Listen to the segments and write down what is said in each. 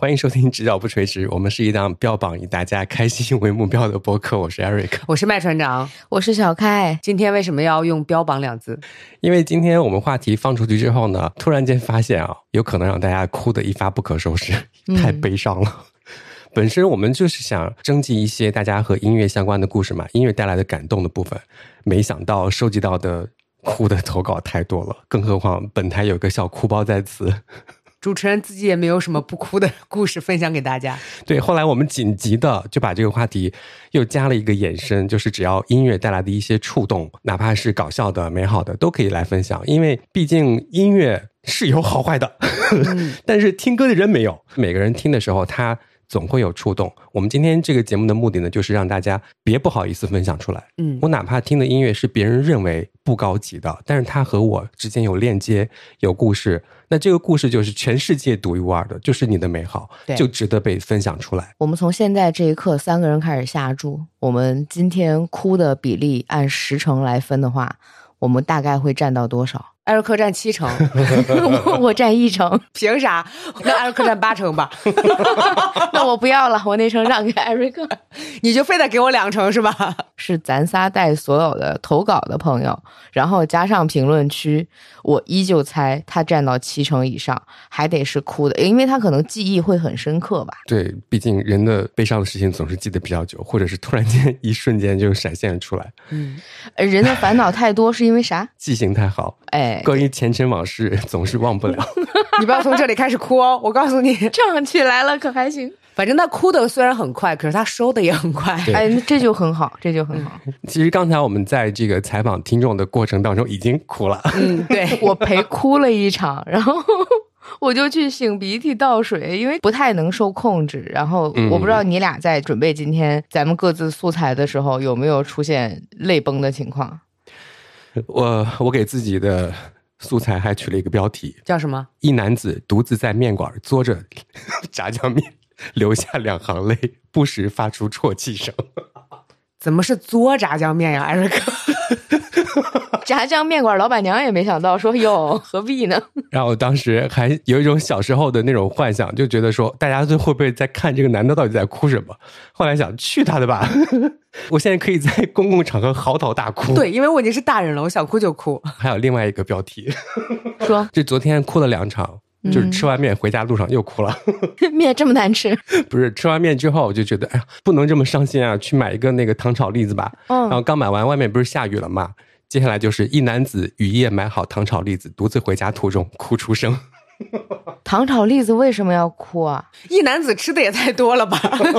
欢迎收听直角不垂直，我们是一档标榜以大家开心为目标的播客。我是 Eric， 我是麦船长， 我是小开。 今天为什么要用标榜两字？ 因为今天我们话题放出去之后呢，突然间发现啊，有可能让大家哭得一发不可收拾，太悲伤了。本身我们就是想征集一些大家和音乐相关的故事嘛，音乐带来的感动的部分，没想到收集到的哭的投稿太多了，更何况本台有个小哭包在此。 主持人自己也没有什么不哭的故事分享给大家。 对，后来我们紧急的就把这个话题又加了一个延伸，就是只要音乐带来的一些触动，哪怕是搞笑的美好的都可以来分享，因为毕竟音乐是有好坏的但是听歌的人没有，每个人听的时候他总会有触动。我们今天这个节目的目的呢，就是让大家别不好意思分享出来。我哪怕听的音乐是别人认为不高级的，但是它和我之间有链接，有故事，那这个故事就是全世界独一无二的，就是你的美好，就值得被分享出来。 我们从现在这一刻3个人开始下注，我们今天哭的比例按10成来分的话，我们大概会占到多少？ 艾瑞克占7成我占1成。 凭啥？那艾瑞克占8成吧那我不要了，我那成让给艾瑞克。 你就非得给我2成是吧？ 是咱仨带所有的投稿的朋友，然后加上评论区，我依旧猜他占到7成以上，还得是哭的，因为他可能记忆会很深刻吧。 对，毕竟人的悲伤的事情总是记得比较久，或者是突然间一瞬间就闪现出来。 人的烦恼太多是因为啥？ 记性太好，关于前尘往事总是忘不了你不要从这里开始哭哦，我告诉你， 唱起来了可还行。 反正他哭的虽然很快，可是他收的也很快。 这就很好，这就很好。 其实刚才我们在这个采访听众的过程当中已经哭了。 对，我陪哭了一场，然后我就去擤鼻涕倒水，因为不太能受控制。然后我不知道你俩在准备今天咱们各自素材的时候有没有出现泪崩的情况。 我给自己的素材还取了一个标题， 叫什么？ 一男子独自在面馆嘬着炸酱面，流下2行泪，不时发出啜泣声。 怎么是嘬炸酱面呀，艾瑞克？ 炸酱面馆老板娘也没想到说哟，何必呢？ 然后我当时还有一种小时候的那种幻想，就觉得说大家会不会在看这个男的到底在哭什么。后来想去他的吧我现在可以在公共场合嚎啕大哭。 对，因为我已经是大人了，我想哭就哭。 还有另外一个标题说就昨天哭了2场，就是吃完面回家路上又哭了面这么难吃？ 不是，吃完面之后我就觉得哎呀，不能这么伤心啊，去买一个那个糖炒栗子吧。然后刚买完，外面不是下雨了嘛，接下来就是一男子雨夜买好糖炒栗子，独自回家途中哭出声。 糖炒栗子为什么要哭啊？ 一男子吃的也太多了吧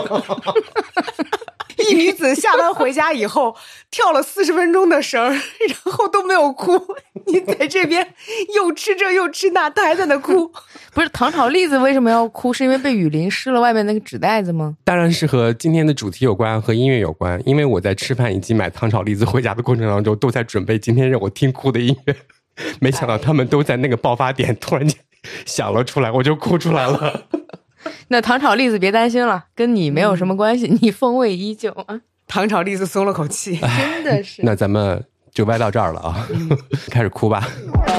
一女子下班回家以后跳了40分钟的绳，然后都没有哭，你在这边又吃这又吃那，他还在那哭。 不是，糖炒栗子为什么要哭？是因为被雨淋湿了外面那个纸袋子吗？ 当然是和今天的主题有关，和音乐有关。因为我在吃饭以及买糖炒栗子回家的过程当中，都在准备今天让我听哭的音乐，没想到他们都在那个爆发点突然间响了出来，我就哭出来了那糖炒栗子别担心了，跟你没有什么关系，你风味依旧啊。 糖炒栗子松了口气， 真的是。 那咱们就歪到这儿了啊开始哭吧。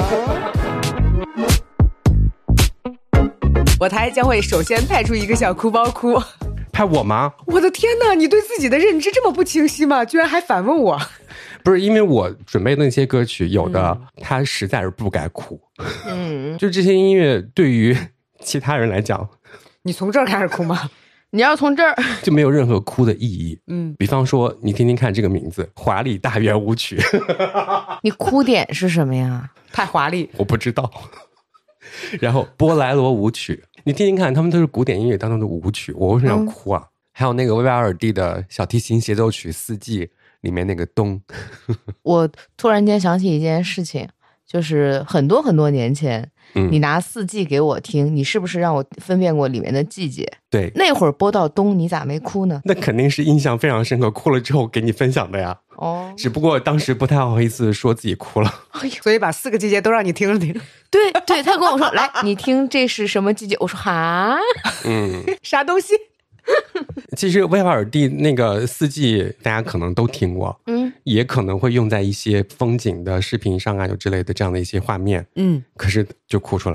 我台将会首先派出一个小哭包哭。 派我吗？ 我的天哪，你对自己的认知这么不清晰吗？居然还反问我。 不是，因为我准备的那些歌曲有的它实在是不该哭就这些音乐对于其他人来讲， 你从这儿开始哭吗？ 你要从这儿就没有任何哭的意义。比方说你听听看这个名字，华丽大圆舞曲你哭点是什么呀？ 太华丽， 我不知道然后波莱罗舞曲，你听听看，他们都是古典音乐当中的舞曲，我为什么要哭啊？还有那个维瓦尔第的小提琴协奏曲四季里面那个冬我突然间想起一件事情，就是很多很多年前你拿四季给我听，你是不是让我分辨过里面的季节？ 对， 那会儿播到冬你咋没哭呢？ 那肯定是印象非常深刻，哭了之后给你分享的呀。只不过当时不太好意思说自己哭了所以把4个季节都让你听了听。 对对，他跟我说来你听这是什么季节，我说哈啥东西。 其实维瓦尔第那个四季大家可能都听过，也可能会用在一些风景的视频上啊，有之类的这样的一些画面，可是就哭出来了。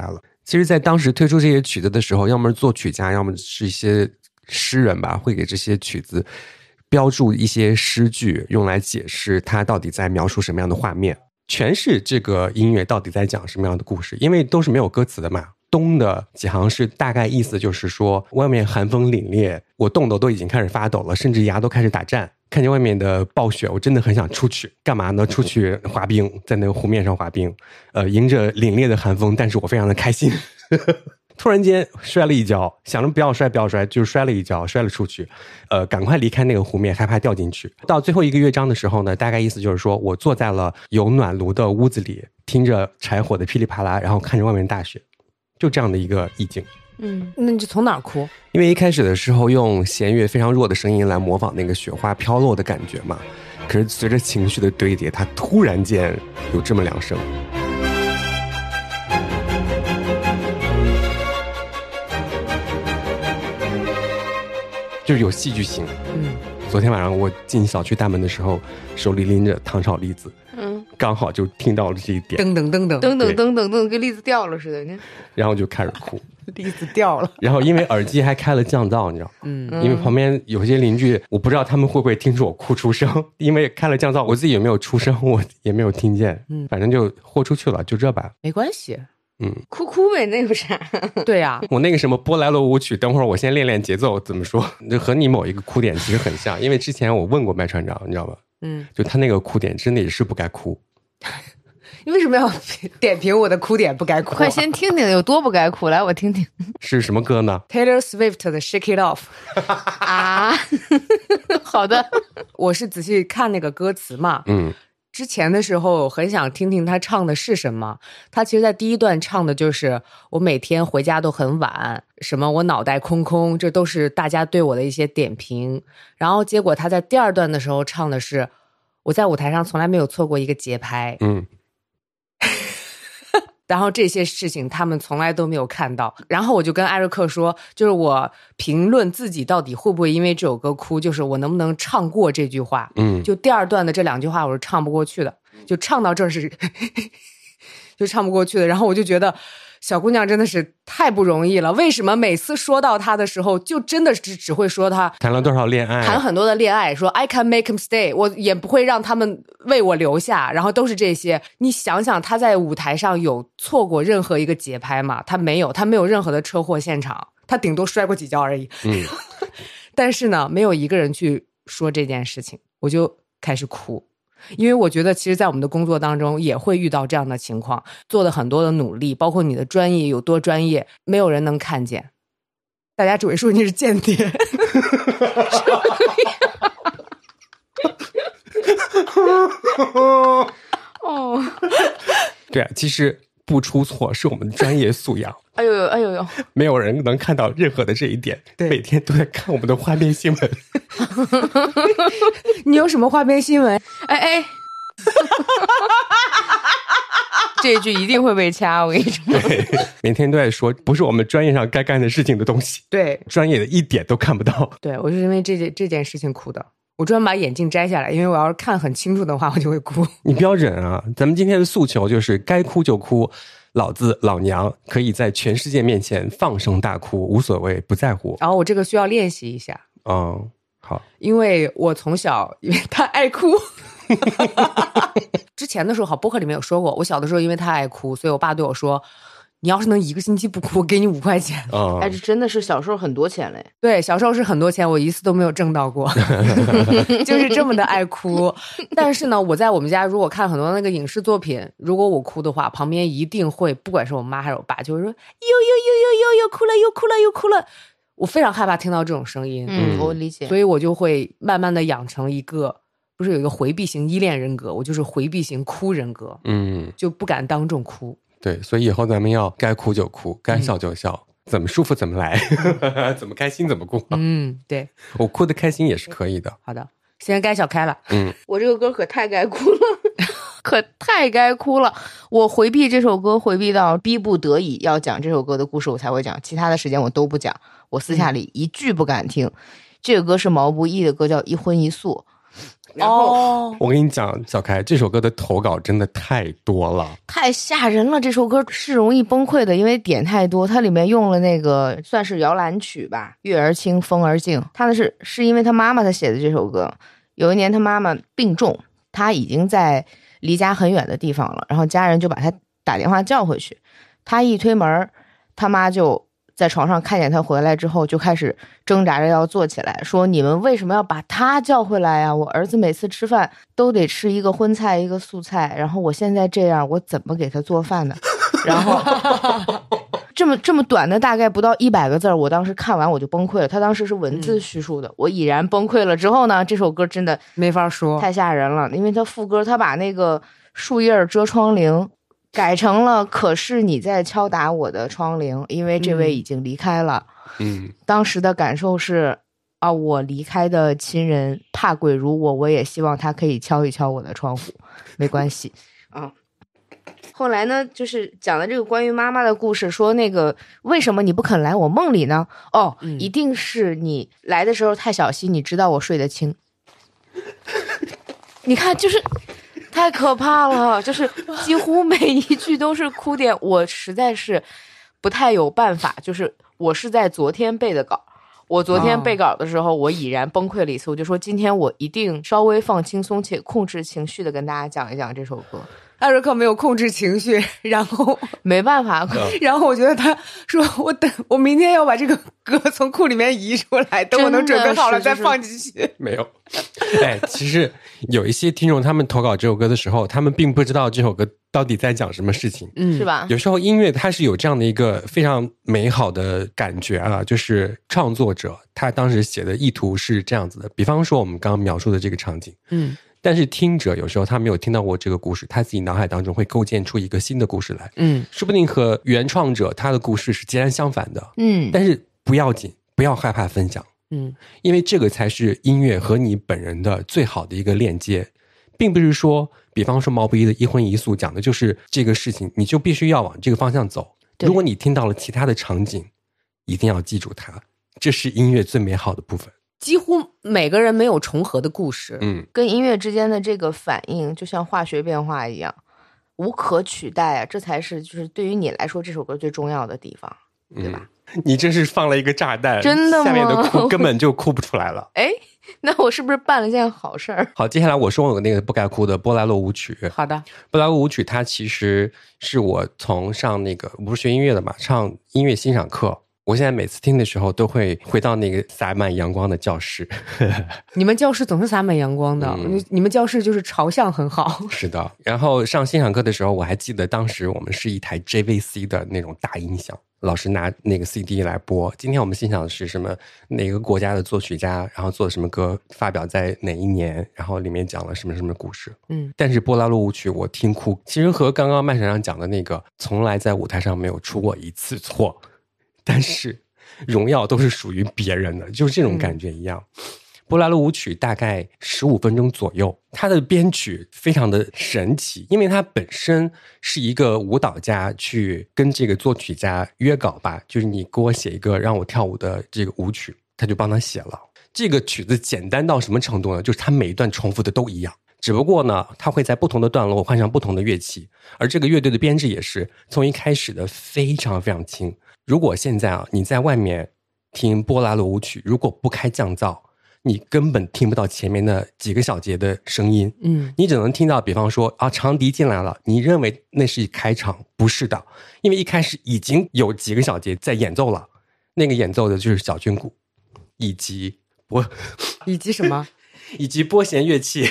其实在当时推出这些曲子的时候，要么是作曲家，要么是一些诗人吧，会给这些曲子标注一些诗句，用来解释它到底在描述什么样的画面，诠释这个音乐到底在讲什么样的故事，因为都是没有歌词的嘛。冬的几行诗大概意思就是说，外面寒风凛冽，我冻得都已经开始发抖了，甚至牙都开始打颤，看见外面的暴雪，我真的很想出去。干嘛呢？出去滑冰，在那个湖面上滑冰，迎着凛冽的寒风，但是我非常的开心。突然间摔了一跤，想着不要摔，就是摔了一跤，摔了出去。赶快离开那个湖面，害怕掉进去。到最后一个乐章的时候呢，大概意思就是说我坐在了有暖炉的屋子里，听着柴火的噼里啪啦，然后看着外面大雪，就这样的一个意境。 那你就从哪儿哭？ 因为一开始的时候用弦乐非常弱的声音来模仿那个雪花飘落的感觉嘛，可是随着情绪的堆叠，它突然间有这么2声。就是有戏剧性。昨天晚上我进小区大门的时候，手里拎着糖炒栗子，刚好就听到了这一点， 噔噔噔噔噔噔噔噔噔，跟栗子掉了似的， 然后就开始哭， 栗子掉了。 然后因为耳机还开了降噪，你知道，因为旁边有些邻居，我不知道他们会不会听出我哭出声，因为开了降噪，我自己有没有出声，我也没有听见，反正就豁出去了，就这吧， 没关系。 哭哭呗，那有啥？ 对呀， 我那个什么波莱罗舞曲，等会儿我先练练节奏，怎么说？就和你某一个哭点其实很像，因为之前我问过麦船长，你知道吧？就他那个哭点真的也是不该哭。 你为什么要点评我的哭点不该哭？ 快先听听有多不该哭，来我听听。 是什么歌呢？ Taylor Swift 的 Shake It Off 啊，好的， 我是仔细看那个歌词嘛，之前的时候很想听听他唱的是什么。他其实在第一段唱的就是我每天回家都很晚，什么我脑袋空空，这都是大家对我的一些点评。然后结果他在第二段的时候唱的是我在舞台上从来没有错过一个节拍，然后这些事情他们从来都没有看到。然后我就跟艾瑞克说，就是我评论自己到底会不会因为这首歌哭，就是我能不能唱过这句话。就第二段的这2句话我是唱不过去的，就唱到这儿是就唱不过去的。然后我就觉得小姑娘真的是太不容易了，为什么每次说到她的时候就真的只会说她谈了多少恋爱， 谈很多的恋爱，说 I can make him stay， 我也不会让他们为我留下，然后都是这些。你想想她在舞台上有错过任何一个节拍吗？她没有，她没有任何的车祸现场，她顶多摔过几跤而已。但是呢没有一个人去说这件事情，我就开始哭。因为我觉得其实在我们的工作当中也会遇到这样的情况，做了很多的努力，包括你的专业有多专业，没有人能看见，大家只会说你是间谍。 哦， 对啊，其实不出错是我们的专业素养。 哎呦呦，哎呦呦， 没有人能看到任何的这一点，每天都在看我们的花边新闻。 你有什么花边新闻？ 哎，这一句一定会被掐，我跟你说。 对，每天都在说不是我们专业上该干的事情的东西， 对， 专业的一点都看不到。 对，我是因为这件事情哭的。我专门把眼镜摘下来，因为我要是看很清楚的话，我就会哭。 你不要忍啊！咱们今天的诉求就是该哭就哭，老子老娘可以在全世界面前放声大哭，无所谓，不在乎。 然后我这个需要练习一下。 好， 因为我从小因为太爱哭。之前的时候好播客里面有说过，我小的时候因为太爱哭，所以我爸对我说，你要是能1个星期不哭，我给你5块钱。 哎，这真的是小时候很多钱嘞。 对，小时候是很多钱，我一次都没有挣到过。就是这么的爱哭。但是呢，我在我们家如果看很多那个影视作品，如果我哭的话，旁边一定会不管是我妈还是我爸就会说又哭了又哭了又哭了。我非常害怕听到这种声音。 我理解。 所以我就会慢慢的养成一个，不是有一个回避型依恋人格，我就是回避型哭人格。就不敢当众哭。 对，所以以后咱们要该哭就哭，该笑就笑，怎么舒服怎么来。怎么开心怎么过。 对， 我哭得开心也是可以的。 好的，现在该小开了。 我这个歌可太该哭了。可太该哭了，我回避这首歌回避到逼不得已要讲这首歌的故事我才会讲，其他的时间我都不讲，我私下里一句不敢听。这个歌是毛不易的歌，叫《一荤一素》， 然后我跟你讲，小开，这首歌的投稿真的太多了， 太吓人了。这首歌是容易崩溃的，因为点太多。它里面用了那个算是摇篮曲吧，月儿清，风儿静。他是因为他妈妈他写的这首歌。有一年他妈妈病重，他已经在离家很远的地方了，然后家人就把他打电话叫回去。他一推门，他妈就在床上看见他回来之后，就开始挣扎着要坐起来，说你们为什么要把他叫回来呀？我儿子每次吃饭都得吃一个荤菜一个素菜，然后我现在这样，我怎么给他做饭呢？然后这么短的大概不到100个字，我当时看完我就崩溃了。他当时是文字叙述的，我已然崩溃了。之后呢，这首歌真的没法说， 太吓人了，因为他副歌他把那个树叶遮窗棂改成了可是你在敲打我的窗棂，因为这位已经离开了。当时的感受是啊，我离开的亲人怕鬼如我也希望他可以敲一敲我的窗户，没关系啊。后来呢，就是讲了这个关于妈妈的故事，说那个为什么你不肯来我梦里呢？一定是你来的时候太小心，你知道我睡得轻。你看，就是太可怕了，就是几乎每一句都是哭点，我实在是不太有办法。就是我是在昨天背的稿，我昨天背稿的时候，我已然崩溃了一次，我就说今天我一定稍微放轻松且控制情绪的跟大家讲一讲这首歌。 艾瑞克没有控制情绪，然后没办法， 然后我觉得他说我明天要把这个歌从库里面移出来，等我能准备好了再放进去。 没有，其实有一些听众他们投稿这首歌的时候，他们并不知道这首歌到底在讲什么事情， 是吧？ 有时候音乐它是有这样的一个非常美好的感觉啊，就是创作者他当时写的意图是这样子的，比方说我们刚刚描述的这个场景，但是听者有时候他没有听到过这个故事，他自己脑海当中会构建出一个新的故事来，说不定和原创者他的故事是截然相反的，但是不要紧，不要害怕分享，因为这个才是音乐和你本人的最好的一个链接，并不是说，比方说毛不易的一荤一素讲的就是这个事情，你就必须要往这个方向走。如果你听到了其他的场景，一定要记住它，这是音乐最美好的部分。 几乎每个人没有重合的故事， 跟音乐之间的这个反应就像化学变化一样，无可取代啊！这才是就是对于你来说这首歌最重要的地方，对吧？ 你真是放了一个炸弹， 真的吗？ 下面的哭根本就哭不出来了。 那我是不是办了件好事儿？ 好，接下来我说我那个不该哭的波莱罗舞曲。 好的， 波莱罗舞曲它其实是我从上那个，我不是学音乐的嘛，上音乐欣赏课。我现在每次听的时候都会回到那个洒满阳光的教室。 你们教室总是洒满阳光的，你们教室就是朝向很好。 是的，然后上欣赏课的时候，我还记得当时我们是一台 JVC 的那种大音响，老师拿那个 CD 来播。今天我们欣赏的是什么？哪个国家的作曲家，然后做的什么歌，发表在哪一年，然后里面讲了什么什么故事。但是波拉罗舞曲我听哭，其实和刚刚麦先生讲的那个从来在舞台上没有出过一次错，但是荣耀都是属于别人的，就是这种感觉一样。波拉罗舞曲大概15分钟左右，它的编曲非常的神奇，因为它本身是一个舞蹈家去跟这个作曲家约稿吧，就是你给我写一个让我跳舞的这个舞曲，他就帮他写了。这个曲子简单到什么程度呢？就是它每一段重复的都一样，只不过呢，它会在不同的段落换上不同的乐器，而这个乐队的编制也是从一开始的非常非常轻。如果现在啊，你在外面听波拉罗舞曲，如果不开降噪，你根本听不到前面的几个小节的声音，你只能听到，比方说啊，长笛进来了，你认为那是开场，不是的，因为一开始已经有几个小节在演奏了，那个演奏的就是小军鼓，以及什么？ 以及拨弦乐器。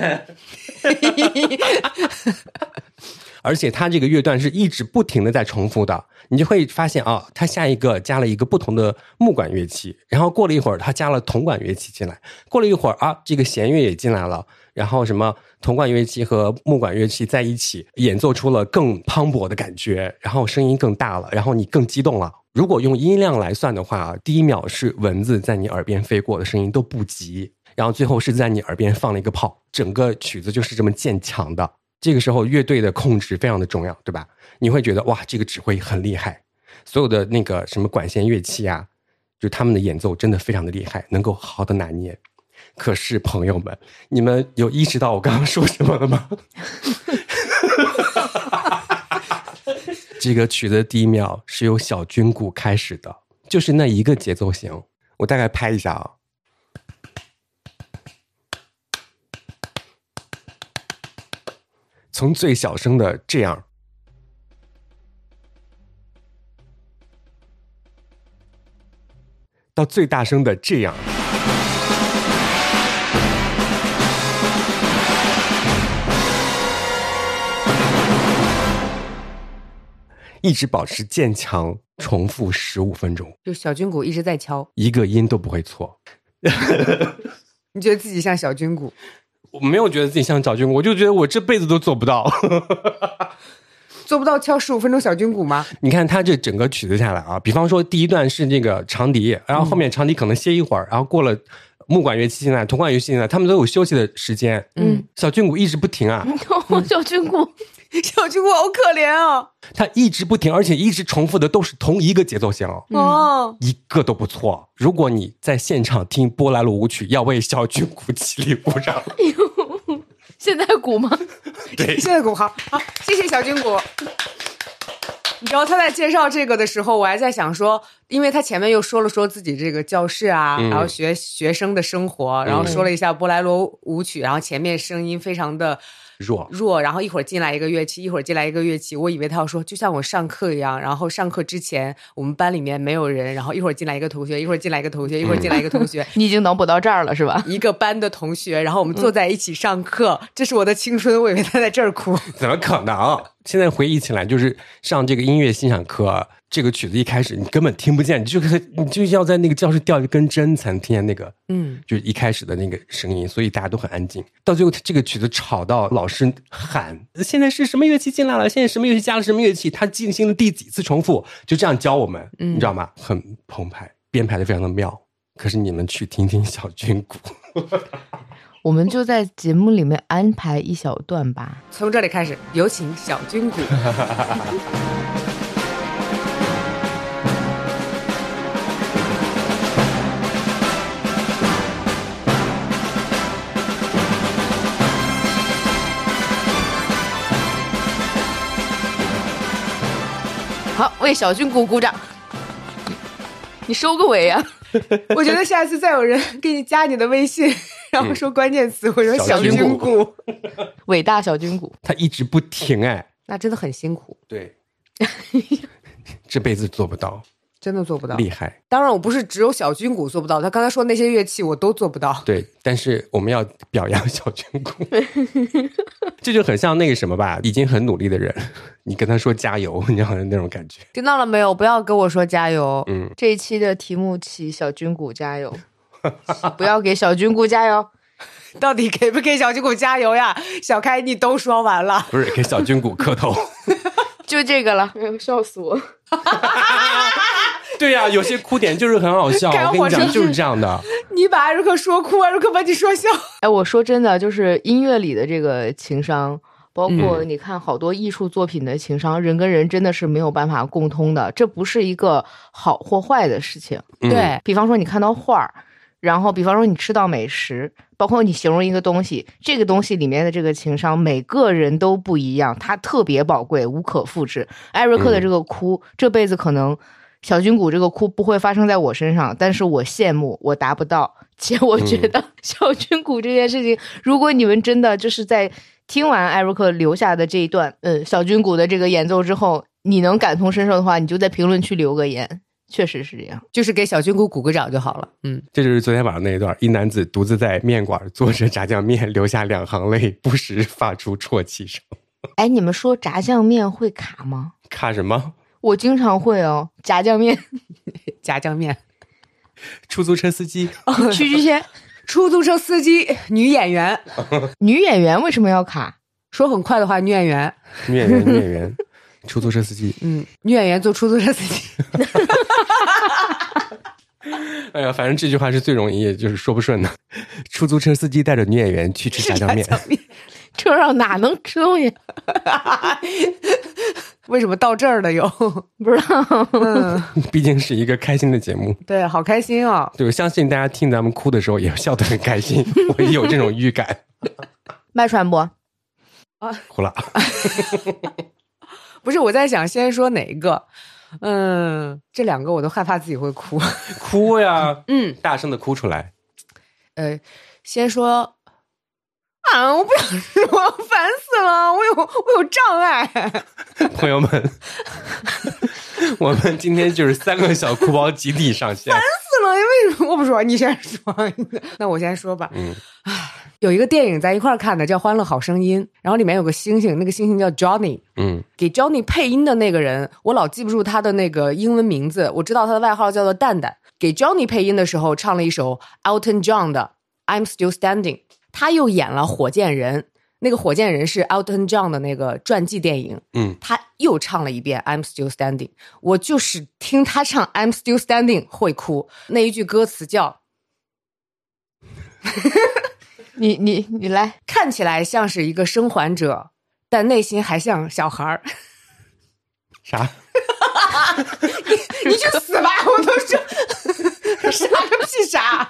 而且它这个乐段是一直不停的在重复的，你就会发现啊，它下一个加了一个不同的木管乐器，然后过了一会儿它加了铜管乐器进来，过了一会儿啊，这个弦乐也进来了，然后什么铜管乐器和木管乐器在一起演奏出了更磅礴的感觉，然后声音更大了，然后你更激动了。如果用音量来算的话，第一秒是蚊子在你耳边飞过的声音都不及，然后最后是在你耳边放了一个炮，整个曲子就是这么渐强的。这个时候乐队的控制非常的重要，对吧？你会觉得哇，这个指挥很厉害，所有的那个什么管弦乐器啊，就他们的演奏真的非常的厉害，能够好好的拿捏。 可是朋友们，你们有意识到我刚刚说什么了吗？这个曲子的第一秒是由小军鼓开始的，就是那一个节奏型。我大概拍一下啊。从最小声的这样到最大声的这样，一直保持渐强，重复15分钟， 就小军鼓一直在敲， 一个音都不会错。 你觉得自己像小军鼓？ 我没有觉得自己像小军鼓，我就觉得我这辈子都做不到。 做不到敲15分钟小军鼓吗？ 你看他这整个曲子下来啊，比方说第一段是这个长笛，然后后面长笛可能歇一会儿，然后过了木管乐器进来，铜管乐器进来，他们都有休息的时间。小军鼓一直不停啊。 小军鼓小军鼓好可怜啊， 他一直不停，而且一直重复的都是同一个节奏型，一个都不错。如果你在现场听波兰舞曲，要为小军鼓起立鼓掌。 现在鼓吗？ 对， 现在鼓好，谢谢小军鼓。你知道他在介绍这个的时候，我还在想说，因为他前面又说了说自己这个教室啊，然后学生的生活，然后说了一下波莱罗舞曲，然后前面声音非常的弱，然后一会儿进来一个乐器，一会儿进来一个乐器，我以为他要说就像我上课一样，然后上课之前我们班里面没有人，然后一会儿进来一个同学，一会儿进来一个同学，一会儿进来一个同学， 你已经脑补到这儿了是吧？ 一个班的同学，然后我们坐在一起上课，这是我的青春，我以为他在这儿哭。 怎么可能？现在回忆起来，就是上这个音乐欣赏课，这个曲子一开始你根本听不见，你就要在那个教室吊一根针才能听见那个，就是一开始的那个声音，所以大家都很安静。到最后这个曲子吵到老师喊现在是什么乐器进来了，现在什么乐器加了什么乐器，他进行了第几次重复，就这样教我们，你知道吗？很澎湃，编排的非常的妙。可是你们去听听小军鼓。 我们就在节目里面安排一小段吧。 从这里开始，有请小军鼓。 好，为小军鼓鼓掌。你收个尾呀！ 我觉得下次再有人给你加你的微信，然后说关键词，我说小军鼓， 伟大小军鼓， 他一直不停，哎， 那真的很辛苦。 对，这辈子做不到， 真的做不到， 厉害。 当然，我不是只有小军鼓做不到，他刚才说那些乐器我都做不到。 对，但是我们要表扬小军鼓，这就很像那个什么吧，已经很努力的人，你跟他说加油，你好像那种感觉。 听到了没有？不要跟我说加油。 这一期的题目起小军鼓加油，不要给小军鼓加油。 到底给不给小军鼓加油呀？小开，你都说完了， 不是给小军鼓磕头， 就这个了。笑死我！ 对呀，有些哭点就是很好笑，我跟你讲就是这样的。 你把艾瑞克说哭，艾瑞克把你说笑。 哎，我说真的，就是音乐里的这个情商，包括你看好多艺术作品的情商，人跟人真的是没有办法共通的，这不是一个好或坏的事情。 对， 比方说你看到画，然后比方说你吃到美食，包括你形容一个东西，这个东西里面的这个情商，每个人都不一样，它特别宝贵，无可复制。艾瑞克的这个哭，这辈子可能小军鼓这个哭不会发生在我身上，但是我羡慕，我达不到。且我觉得小军鼓这件事情，如果你们真的就是在听完艾瑞克留下的这一段小军鼓的这个演奏之后，你能感同身受的话，你就在评论区留个言。确实是这样， 就是给小军鼓鼓个掌就好了。 这就是昨天晚上那一段，一男子独自在面馆做着炸酱面，流下2行泪，不时发出啜泣声。 哎，你们说炸酱面会卡吗？ 卡什么？ 我经常会哦，炸酱面， 炸酱面。 出租车司机， 屈居先， 出租车司机，女演员， 女演员为什么要卡？ 说很快的话，女演员， 出租车司机， 女演员做出租车司机。 哎呀，反正这句话是最容易就是说不顺的。出租车司机带着女演员去吃炸酱面， 车上哪能吃东西？ 为什么到这儿了又？ 不知道。 毕竟是一个开心的节目。 对，好开心哦。 对，我相信大家听咱们哭的时候也笑得很开心，我也有这种预感。 麦传播哭了。 不是，我在想先说哪一个？这两个我都害怕自己会哭。 哭呀，大声的哭出来。 先说我不想说，烦死了，我有障碍。 朋友们，我们今天就是3个小哭包集体上线。 烦死了，为什么我不说？你先说。那我先说吧。有一个电影咱一块儿看的，叫《欢乐好声音》，然后里面有个星星，那个星星叫 Johnny。给 Johnny 配音的那个人，我老记不住他的那个英文名字，我知道他的外号叫做蛋蛋。给 Johnny 配音的时候，唱了一首 Elton John 的 I'm Still Standing。他又演了火箭人，那个火箭人是 Elton John 的那个传记电影。他又唱了一遍 I'm Still Standing。我就是听他唱 I'm Still Standing 会哭。那一句歌词叫你来， 看起来像是一个生还者，但内心还像小孩儿。 啥？ 你去死吧！我都说傻个屁傻！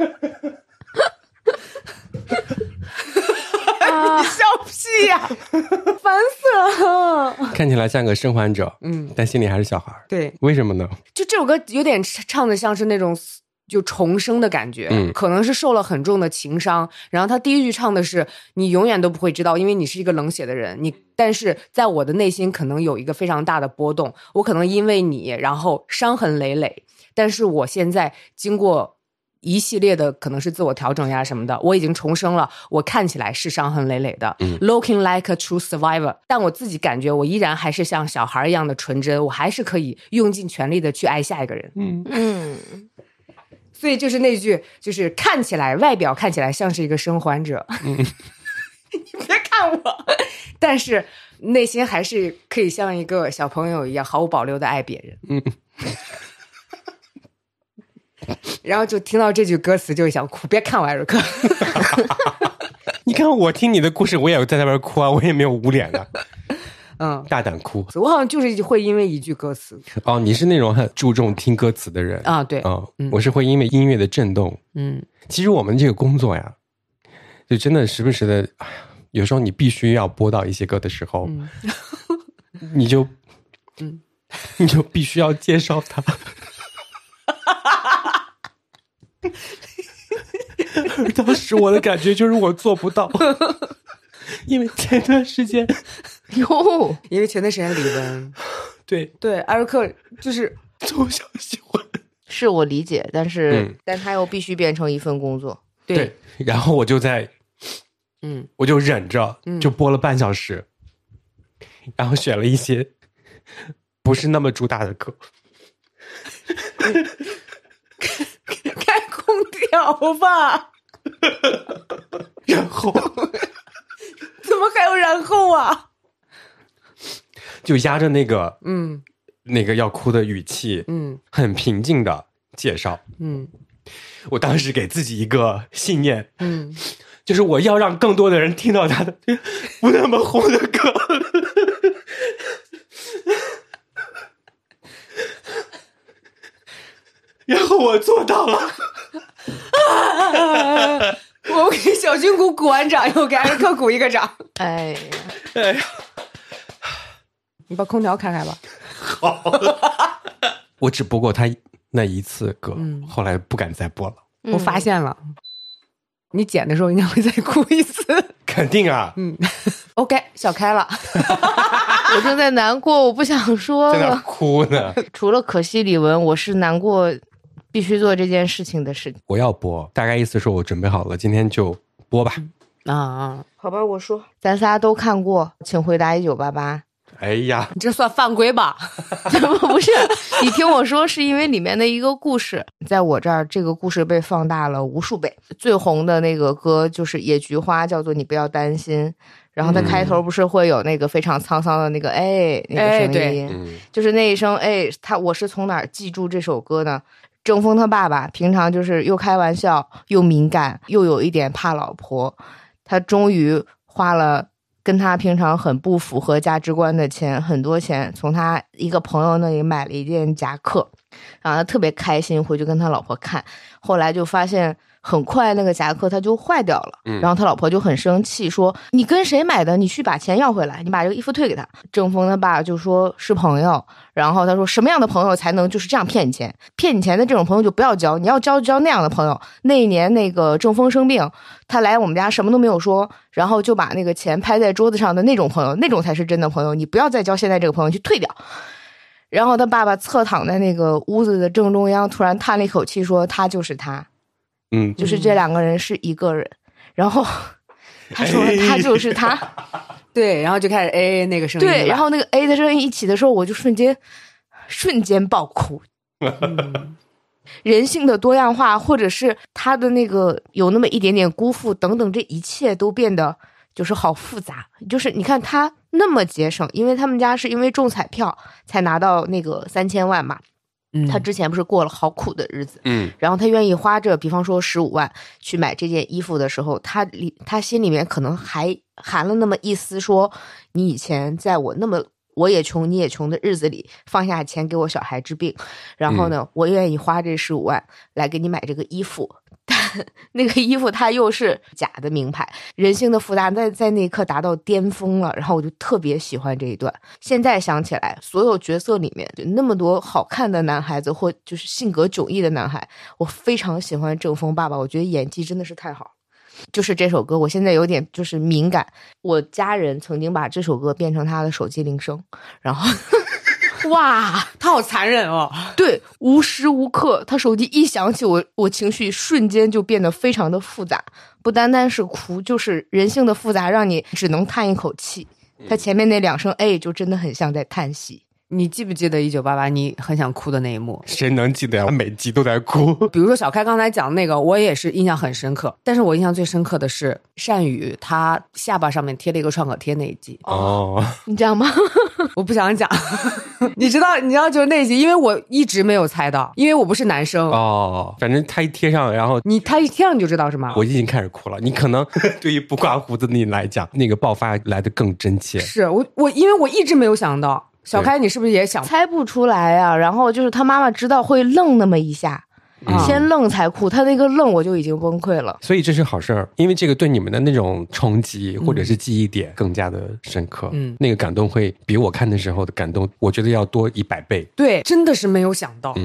你笑屁呀！烦死了！ 看起来像个生还者，但心里还是小孩。 对， 为什么呢？ 就这首歌有点唱的像是那种就重生的感觉，可能是受了很重的情伤。然后他第一句唱的是你永远都不会知道，因为你是一个冷血的人，但是在我的内心可能有一个非常大的波动，我可能因为你然后伤痕累累，但是我现在经过一系列的可能是自我调整呀什么的，我已经重生了，我看起来是伤痕累累的，looking like a true survivor， 但我自己感觉我依然还是像小孩一样的纯真，我还是可以用尽全力的去爱下一个人。所以就是那句，就是看起来外表看起来像是一个生还者，你别看我，但是内心还是可以像一个小朋友一样毫无保留的爱别人。然后就听到这句歌词就想哭，别看我艾瑞克。 你看我听你的故事，我也在那边哭啊，我也没有捂脸的。大胆哭。 我好像就是会因为一句歌词。 哦，你是那种很注重听歌词的人啊？对。 我是会因为音乐的震动。其实我们这个工作呀，就真的时不时的，有时候你必须要播到一些歌的时候，你就必须要介绍它。而当时我的感觉就是我做不到，因为前段时间因为前段时间李玟，对，艾瑞克就是从小喜欢， 是我理解，但他又必须变成一份工作， 对，然后我就在，我就忍着，就播了半小时，然后选了一些不是那么主打的歌。 开空调吧。 然后怎么还有然后啊？ 就压着那个那个要哭的语气，很平静的介绍。我当时给自己一个信念，就是我要让更多的人听到他的不那么红的歌。然后我做到了。 我给小军鼓完掌，又给艾瑞克鼓一个掌。 哎呀， 你把空调开开吧。 好。我只播过他那一次歌，后来不敢再播了。 我发现了，你剪的时候应该会再哭一次。 肯定啊。 OK， 小开了。 我正在难过，我不想说了， 在那哭呢。 除了可惜李玟，我是难过必须做这件事情的事情。 我要播，大概意思说我准备好了，今天就播吧。 好吧，我说咱仨都看过，请回答1988。 哎呀， 你这算犯规吧？ 不是，你听我说，是因为里面的一个故事，在我这儿这个故事被放大了无数倍。最红的那个歌就是野菊花，叫做你不要担心。然后它开头不是会有那个非常沧桑的那个那个声音，就是那一声我是从哪儿记住这首歌呢？郑峰他爸爸平常就是又开玩笑又敏感又有一点怕老婆，他终于花了跟他平常很不符合价值观的钱，很多钱，从他一个朋友那里买了一件夹克，然后他特别开心，回去跟他老婆看，后来就发现很快那个夹克它就坏掉了，然后他老婆就很生气，说你跟谁买的？你去把钱要回来，你把这个衣服退给他。郑峰他爸就说是朋友，然后他说什么样的朋友才能就是这样骗你钱？骗你钱的这种朋友就不要交，你要交就交那样的朋友。那一年那个郑峰生病，他来我们家什么都没有说，然后就把那个钱拍在桌子上的那种朋友，那种才是真的朋友，你不要再交现在这个朋友，去退掉。然后他爸爸侧躺在那个屋子的正中央，突然叹了一口气说他就是他。就是这两个人是一个人，然后他说他就是他， 对，然后就开始 A 那个声音， 对，然后那个 A 的声音一起的时候，我就瞬间爆哭。人性的多样化，或者是他的那个有那么一点点辜负等等，这一切都变得就是好复杂。就是你看他那么节省，因为他们家是因为中彩票才拿到那个3000万嘛。他之前不是过了好苦的日子，然后他愿意花着比方说15万去买这件衣服的时候，他心里面可能还含了那么一丝说，你以前在我那么我也穷你也穷的日子里放下钱给我小孩治病，然后呢我愿意花这15万来给你买这个衣服，但那个衣服它又是假的名牌，人性的复杂在那一刻达到巅峰了。然后我就特别喜欢这一段，现在想起来所有角色里面就那么多好看的男孩子或就是性格迥异的男孩，我非常喜欢郑峰爸爸，我觉得演技真的是太好。就是这首歌我现在有点就是敏感，我家人曾经把这首歌变成他的手机铃声，然后哇，他好残忍哦！ 对，无时无刻他手机一响起，我情绪瞬间就变得非常的复杂，不单单是哭，就是人性的复杂让你只能叹一口气。他前面那2声 A 就真的很像在叹息。 你记不记得1988你很想哭的那一幕？ 谁能记得呀？每集都在哭。 比如说小开刚才讲那个，我也是印象很深刻。但是我印象最深刻的是单宇他下巴上面贴了一个创可贴那一集。 哦， 你知道吗？ 我不想讲。你知道就是那一集，因为我一直没有猜到，因为我不是男生。 哦，反正他一贴上，然后他一贴上你就知道是吗？ 我已经开始哭了。你可能对于不刮胡子的你来讲，那个爆发来得更真切。 是我因为我一直没有想到。小开你是不是也想猜不出来啊？然后就是他妈妈知道会愣那么一下，先愣才哭，他那个愣我就已经崩溃了。 所以这是好事儿，因为这个对你们的那种冲击或者是记忆点更加的深刻。那个感动会比我看的时候的感动，我觉得要多100倍。 对，真的是没有想到。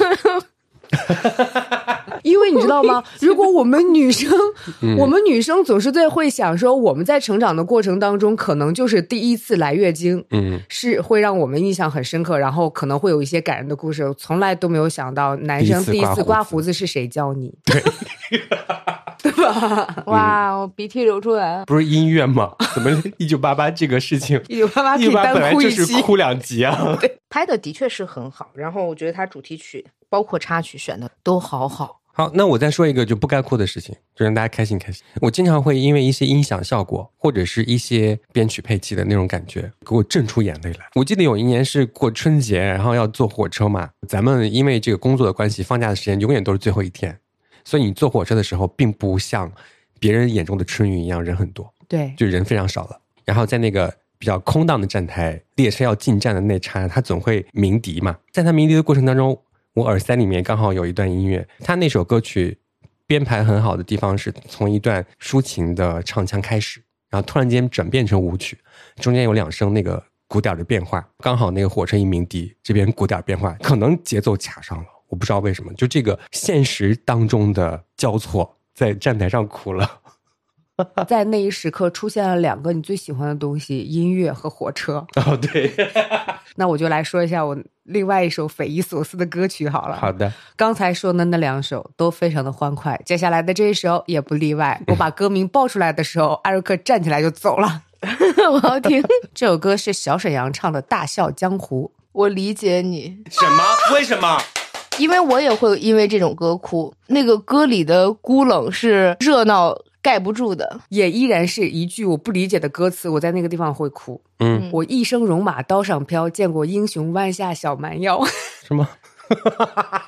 因为你知道吗？如果我们女生，我们女生总是会想说，我们在成长的过程当中，可能就是第一次来月经，是会让我们印象很深刻，然后可能会有一些感人的故事。我从来都没有想到，男生第一次刮胡子是谁教你？对，对吧？ 哇，我鼻涕流出来了。 不是音乐吗？怎么1988这个事情 ？1988可以单哭一期， 就是哭2集啊。 对，拍的的确是很好，然后我觉得他主题曲包括插曲选的都好好。 好，那我再说一个就不该哭的事情，就让大家开心开心。我经常会因为一些音响效果或者是一些编曲配器的那种感觉给我震出眼泪来。我记得有一年是过春节，然后要坐火车嘛，咱们因为这个工作的关系，放假的时间永远都是最后一天，所以你坐火车的时候并不像别人眼中的春运一样人很多， 对， 就人非常少了。然后在那个比较空荡的站台，列车要进站的那刹那，他总会鸣笛嘛，在他鸣笛的过程当中，我耳塞里面刚好有一段音乐，他那首歌曲编排很好的地方是从一段抒情的唱腔开始，然后突然间转变成舞曲，中间有2声那个鼓点的变化，刚好那个火车一鸣笛，这边鼓点变化，可能节奏卡上了，我不知道为什么，就这个现实当中的交错，在站台上哭了。 在那一时刻出现了2个你最喜欢的东西，音乐和火车。 哦，对。 那我就来说一下我另外一首匪夷所思的歌曲好了。 好的。刚才说的那2首都非常的欢快，接下来的这一首也不例外。我把歌名报出来的时候，艾瑞克站起来就走了。 我要听。 这首歌是小沈阳唱的《大笑江湖》。 我理解你。 什么？为什么？ 因为我也会因为这种歌哭。那个歌里的孤冷是热闹盖不住的， 也依然是一句我不理解的歌词，我在那个地方会哭。我一生戎马刀上飘，见过英雄弯下小蛮腰。 什么？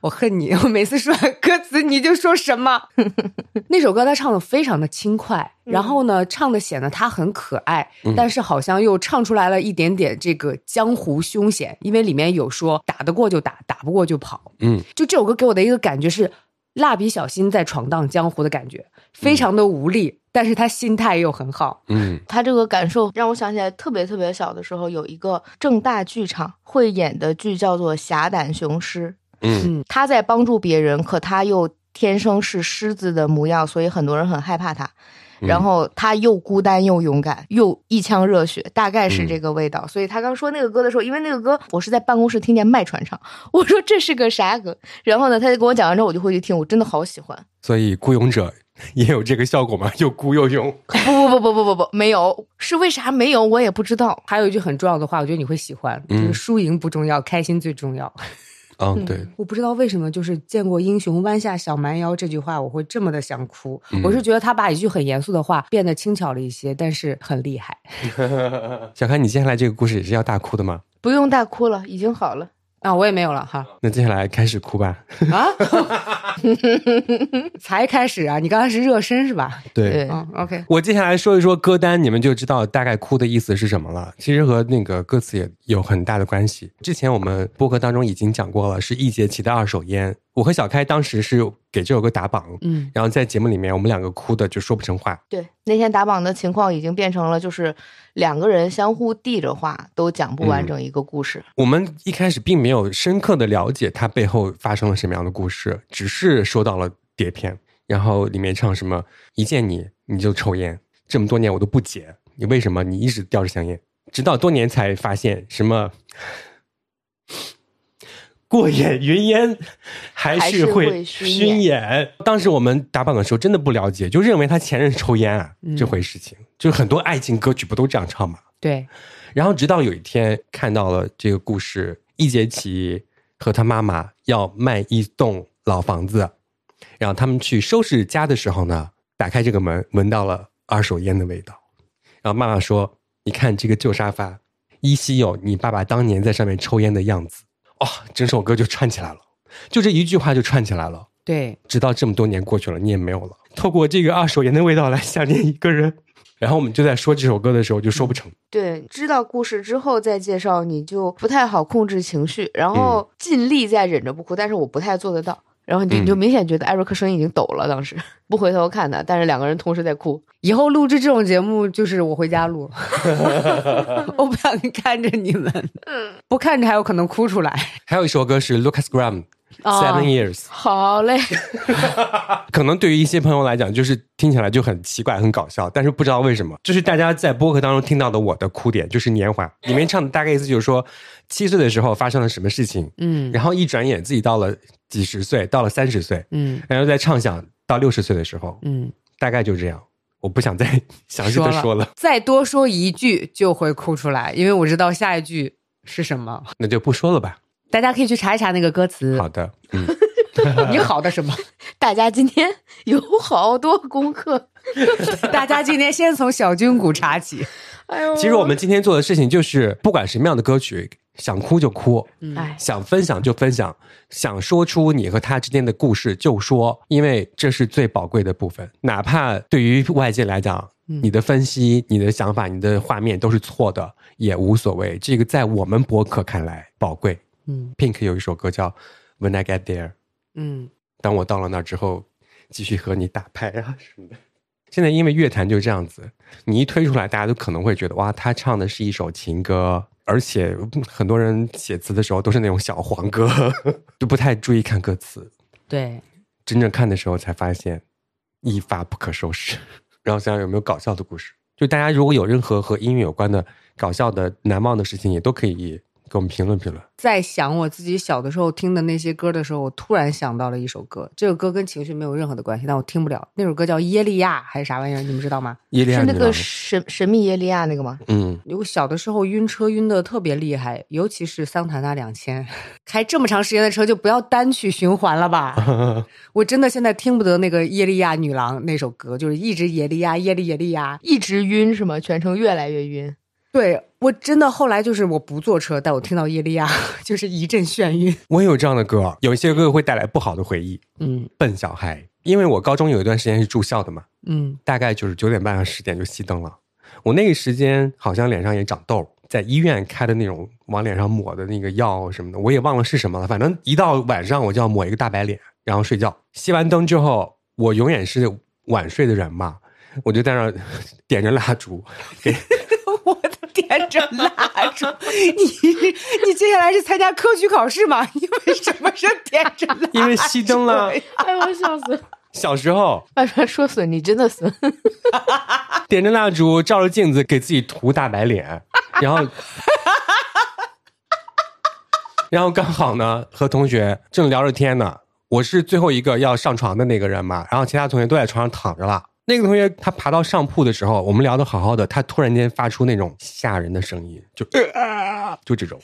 我恨你，我每次说歌词你就说什么。那首歌他唱的非常的轻快，然后呢唱的显得他很可爱，但是好像又唱出来了一点点这个江湖凶险，因为里面有说打得过就打，打不过就跑。就这首歌给我的一个感觉是蜡笔小新在闯荡江湖的感觉，非常的无力，但是他心态又很好。 他这个感受让我想起来特别特别小的时候有一个正大剧场会演的剧叫做侠胆雄狮。他在帮助别人，可他又天生是狮子的模样，所以很多人很害怕他。然后他又孤单又勇敢又一腔热血，大概是这个味道。所以他刚说那个歌的时候，因为那个歌我是在办公室听见麦传唱，我说这是个啥歌，然后呢他就跟我讲完之后我就会去听，我真的好喜欢。 所以孤勇者也有这个效果吗？又孤又勇？ 不，没有，是为啥没有我也不知道。 还有一句很重要的话，我觉得你会喜欢，就是输赢不重要，开心最重要。 对， 我不知道为什么就是见过英雄弯下小蛮腰这句话我会这么的想哭。我是觉得他把一句很严肃的话变得轻巧了一些，但是很厉害。 小开，你接下来这个故事也是要大哭的吗？ 不用大哭了，已经好了啊，我也没有了哈。 那接下来开始哭吧。 啊，才开始啊？你刚才是热身是吧？ 对 ，OK。 我接下来说一说歌单，你们就知道大概哭的意思是什么了。其实和那个歌词也有很大的关系。之前我们播客当中已经讲过了，是易烊千玺的《二手烟》。我和小开当时是给这首歌打榜，然后在节目里面我们两个哭的就说不成话。 对，那天打榜的情况已经变成了就是两个人相互递着话都讲不完整一个故事。 我们一开始并没有深刻的了解它背后发生了什么样的故事，只是收到了碟片，然后里面唱什么一见你就抽烟，这么多年我都不解你为什么你一直叼着香烟，直到多年才发现什么过眼云烟还是会熏眼。当时我们打榜的时候真的不了解，就认为他前任抽烟啊，这回事情就是很多爱情歌曲不都这样唱吗？ 对。 然后直到有一天看到了这个故事，易烊千玺和他妈妈要卖一栋老房子，然后他们去收拾家的时候呢，打开这个门闻到了二手烟的味道，然后妈妈说你看这个旧沙发依稀有你爸爸当年在上面抽烟的样子。整首歌就串起来了，就这一句话就串起来了。 对， 直到这么多年过去了你也没有了，透过这个二手烟的味道来想念一个人。然后我们就在说这首歌的时候就说不成。 对，知道故事之后再介绍你就不太好控制情绪，然后尽力在忍着不哭，但是我不太做得到。然后你就明显觉得艾瑞克声音已经抖了，当时不回头看的，但是两个人同时在哭。 以后录制这种节目就是我回家录，我不想看着你们，不看着还有可能哭出来。 还有一首歌是 Lucas Graham Seven Years。 好嘞。 可能对于一些朋友来讲就是听起来就很奇怪很搞笑，但是不知道为什么就是大家在播客当中听到的我的哭点就是年华，里面唱的大概意思就是说7岁的时候发生了什么事情，然后一转眼自己到了几十岁，到了30岁，然后再畅想到60岁的时候，大概就这样。我不想再详细的说了， 再多说一句就会哭出来，因为我知道下一句是什么。 那就不说了吧， 大家可以去查一查那个歌词。 好的。 你好的什么？ 大家今天有好多功课。 大家今天先从小军鼓查起。 其实我们今天做的事情就是不管什么样的歌曲想哭就哭，想分享就分享，想说出你和他之间的故事就说，因为这是最宝贵的部分。哪怕对于外界来讲，你的分析你的想法你的画面都是错的也无所谓，这个在我们播客看来宝贵。Pink 有一首歌叫 When I Get There， 当我到了那之后继续和你打牌啊什么的。现在因为乐坛就这样子，你一推出来大家都可能会觉得哇，他唱的是一首情歌，而且很多人写词的时候都是那种小黄歌，就不太注意看歌词。 对， 真正看的时候才发现一发不可收拾。然后想想有没有搞笑的故事，就大家如果有任何和音乐有关的搞笑的难忘的事情也都可以给我们评论评论。 在想我自己小的时候听的那些歌的时候，我突然想到了一首歌，这个歌跟情绪没有任何的关系，但我听不了。那首歌叫耶利亚还是啥玩意儿，你们知道吗？ 耶利亚是那个神秘耶利亚那个吗？ 我小的时候晕车晕的特别厉害，尤其是桑塔纳2000，开这么长时间的车就不要单曲循环了吧。我真的现在听不得那个耶利亚女郎那首歌，就是一直耶利亚耶利亚， 一直晕是吗？全程越来越晕。 对，我真的后来就是我不坐车，但我听到耶利亚就是一阵眩晕。 我也有这样的歌，有一些歌会带来不好的回忆。笨小孩，因为我高中有一段时间是住校的嘛，大概就是9点半到10点就熄灯了。我那个时间好像脸上也长痘，在医院开的那种往脸上抹的那个药什么的，我也忘了是什么了。反正一到晚上我就要抹一个大白脸，然后睡觉。熄完灯之后，我永远是晚睡的人嘛，我就在那点着蜡烛给我的点着蜡烛，你接下来是参加科举考试吗？你为什么是点着蜡烛？ 因为熄灯了。 哎，我笑死了。 小时候外传说损，你真的损。 点着蜡烛照着镜子给自己涂大白脸，然后刚好呢和同学正聊着天呢，我是最后一个要上床的那个人嘛，然后其他同学都在床上躺着了。那个同学他爬到上铺的时候，我们聊得好好的，他突然间发出那种吓人的声音，就这种。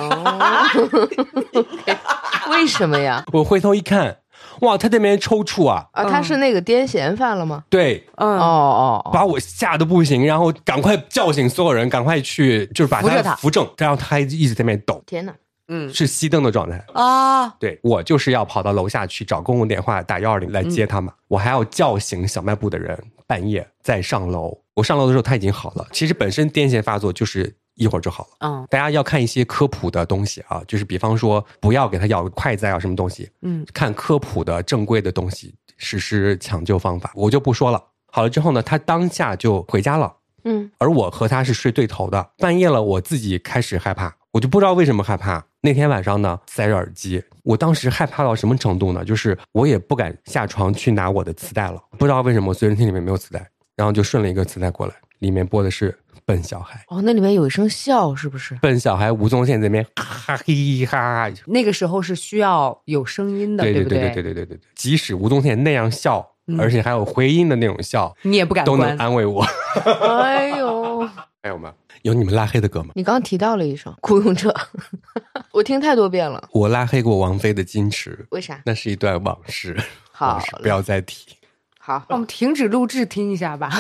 为什么呀？ 我回头一看，哇，他在那边抽搐啊！ 他是那个癫痫犯了吗？ 对， 把我吓得不行，然后赶快叫醒所有人，赶快去就是把他扶正，然后他还一直在那边抖。 天哪！ 是熄灯的状态啊！ 对，我就是要跑到楼下去找公共电话打120来接他们，我还要叫醒小卖部的人，半夜再上楼。我上楼的时候他已经好了，其实本身癫痫发作就是一会儿就好了。大家要看一些科普的东西啊，就是比方说不要给他咬筷子啊什么东西，看科普的正规的东西，实施抢救方法，我就不说了。好了之后呢，他当下就回家了。而我和他是睡对头的，半夜了我自己开始害怕，我就不知道为什么害怕。那天晚上呢，塞着耳机，我当时害怕到什么程度呢？就是我也不敢下床去拿我的磁带了，不知道为什么我随身听里面没有磁带，然后就顺了一个磁带过来，里面播的是笨小孩。 那里面有一声笑，是不是？ 笨小孩吴宗宪在那边哈嘿哈。 那个时候是需要有声音的，对不对？ 对，即使吴宗宪那样笑，而且还有回音的那种笑， 你也不敢都能安慰我。 哎呦， 还有吗？有你们拉黑的歌吗？ 你刚刚提到了一首《孤勇者》，我听太多遍了。 我拉黑过王菲的《矜持》， 为啥？ 那是一段往事， 好， 不要再提。 好， 我们停止录制听一下吧。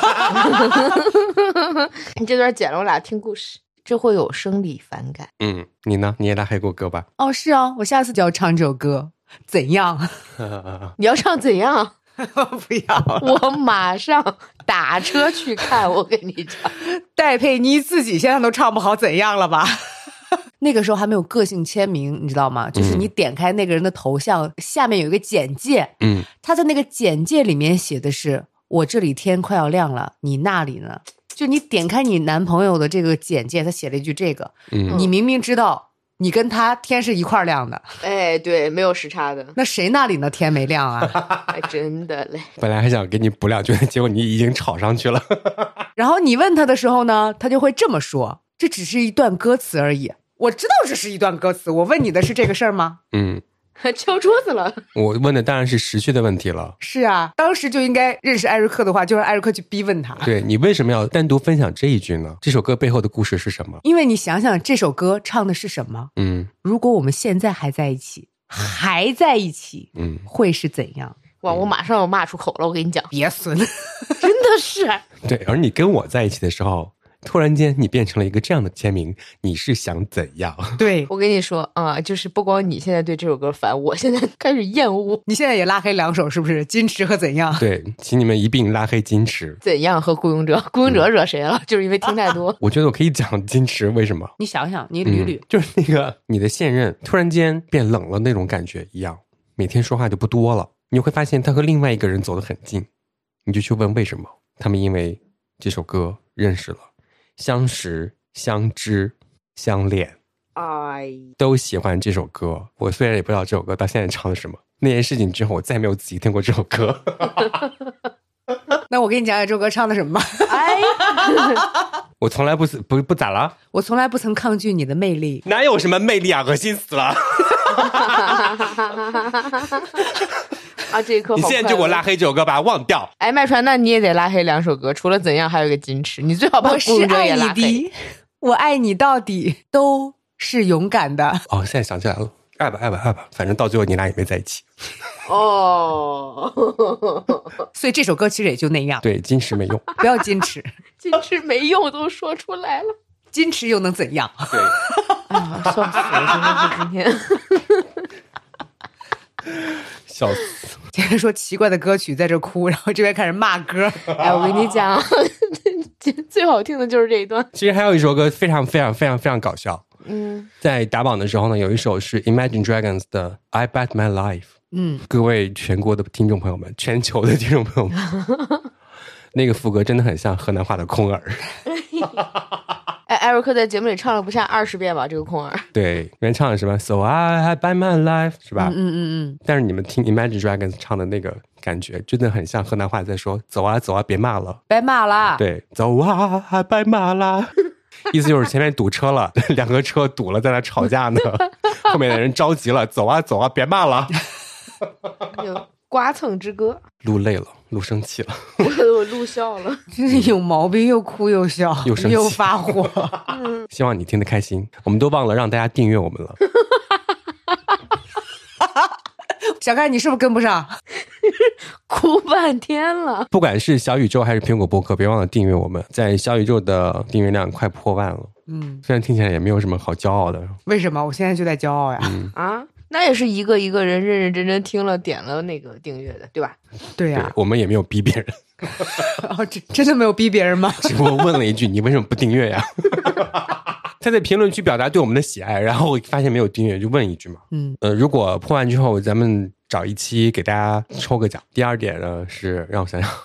你这段剪了，我俩听故事，这会有生理反感。 你呢？你也拉黑过歌吧？ 是啊，我下次就要唱这首歌。怎样？ 你要唱怎样？ 不要， 我马上打车去看。我跟你讲， 戴佩妮自己现在都唱不好怎样了吧？那个时候还没有个性签名，你知道吗？就是你点开那个人的头像，下面有一个简介，他在那个简介里面写的是我这里天快要亮了，你那里呢？就你点开你男朋友的这个简介，他写了一句这个，你明明知道你跟他天是一块亮的， 哎，对，没有时差的， 那谁那里呢天没亮啊？ 哎，真的嘞。 本来还想给你补两句，结果你已经吵上去了。 然后你问他的时候呢，他就会这么说，这只是一段歌词而已。我知道这是一段歌词，我问你的是这个事儿吗？ 敲桌子了。 我问的当然是时序的问题了。 是啊，当时就应该认识艾瑞克的话，就让艾瑞克去逼问他。 对，你为什么要单独分享这一句呢？这首歌背后的故事是什么？ 因为你想想这首歌唱的是什么？如果我们现在还在一起，会是怎样？ 哇，我马上要骂出口了，我跟你讲， 别损， 真的是。 对，而你跟我在一起的时候，突然间你变成了一个这样的签名，你是想怎样？ 对， 我跟你说啊，就是不光你现在对这首歌烦，我现在开始厌恶。 你现在也拉黑2首是不是？矜持和怎样？ 对，请你们一并拉黑矜持。 怎样和孤勇者？孤勇者惹谁了？就是因为听太多。 我觉得我可以讲矜持为什么？ 你想想，你捋捋， 就是那个你的现任突然间变冷了那种感觉一样，每天说话就不多了，你会发现他和另外一个人走得很近，你就去问为什么？他们因为这首歌认识了。相识、相知、相恋，都喜欢这首歌。我虽然也不知道这首歌到现在唱的什么，那件事情之后，我再没有仔细听过这首歌。 那我给你讲讲这首歌唱的什么吧。 我从来不咋了。 我从来不曾抗拒你的魅力。 哪有什么魅力啊，恶心死了。 啊，这一刻好快乐。 你现在就给我拉黑这首歌，把它忘掉。 哎，麦传，那你也得拉黑2首歌，除了怎样，还有一个矜持。你最好把孤勇者也拉黑。 我爱你到底，都是勇敢的。 哦，现在想起来了，爱吧，反正到最后你俩也没在一起。 所以这首歌其实也就那样。 对，矜持没用， 不要矜持。 矜持没用都说出来了， 矜持又能怎样？ 对， 啊，笑死我！真的是今天笑死。 前面说奇怪的歌曲在这哭，然后这边开始骂歌。 哎，我跟你讲，最好听的就是这一段。 其实还有一首歌非常非常非常非常搞笑。在打榜的时候呢，有一首是 Imagine Dragons 的 I Bet My Life。各位全国的听众朋友们，全球的听众朋友们，那个副歌真的很像河南话的空耳。 哎，艾瑞克在节目里唱了不下20遍吧，这个空耳。 对，原唱的什么 So I Bet My Life 是吧？但是你们听 Imagine Dragons 唱的那个感觉，真的很像河南话在说走啊走啊，别骂了， 别骂了。 对，走啊别骂了。意思就是前面堵车了，2个车堵了，在那吵架呢。后面的人着急了，走啊走啊，别骂了。 有刮蹭之歌， 录累了，录生气了， 我录笑了， 真是有毛病，又哭又笑， 又生气又发火。 希望你听得开心。我们都忘了让大家订阅我们了。 小开，你是不是跟不上？ 哭半天了。 不管是小宇宙还是苹果播客，别忘了订阅我们。在小宇宙的订阅量快破万了。虽然听起来也没有什么好骄傲的。 为什么？我现在就在骄傲呀。 啊，那也是一个一个人认认真真听了点了那个订阅的，对吧？ 对呀、 对，我们也没有逼别人。 哦，真的没有逼别人吗？ 只不过问了一句：“你为什么不订阅呀？”他在评论区表达对我们的喜爱，然后发现没有订阅，就问一句嘛。如果破万之后，咱们找一期给大家抽个奖。第二点呢是让我想想，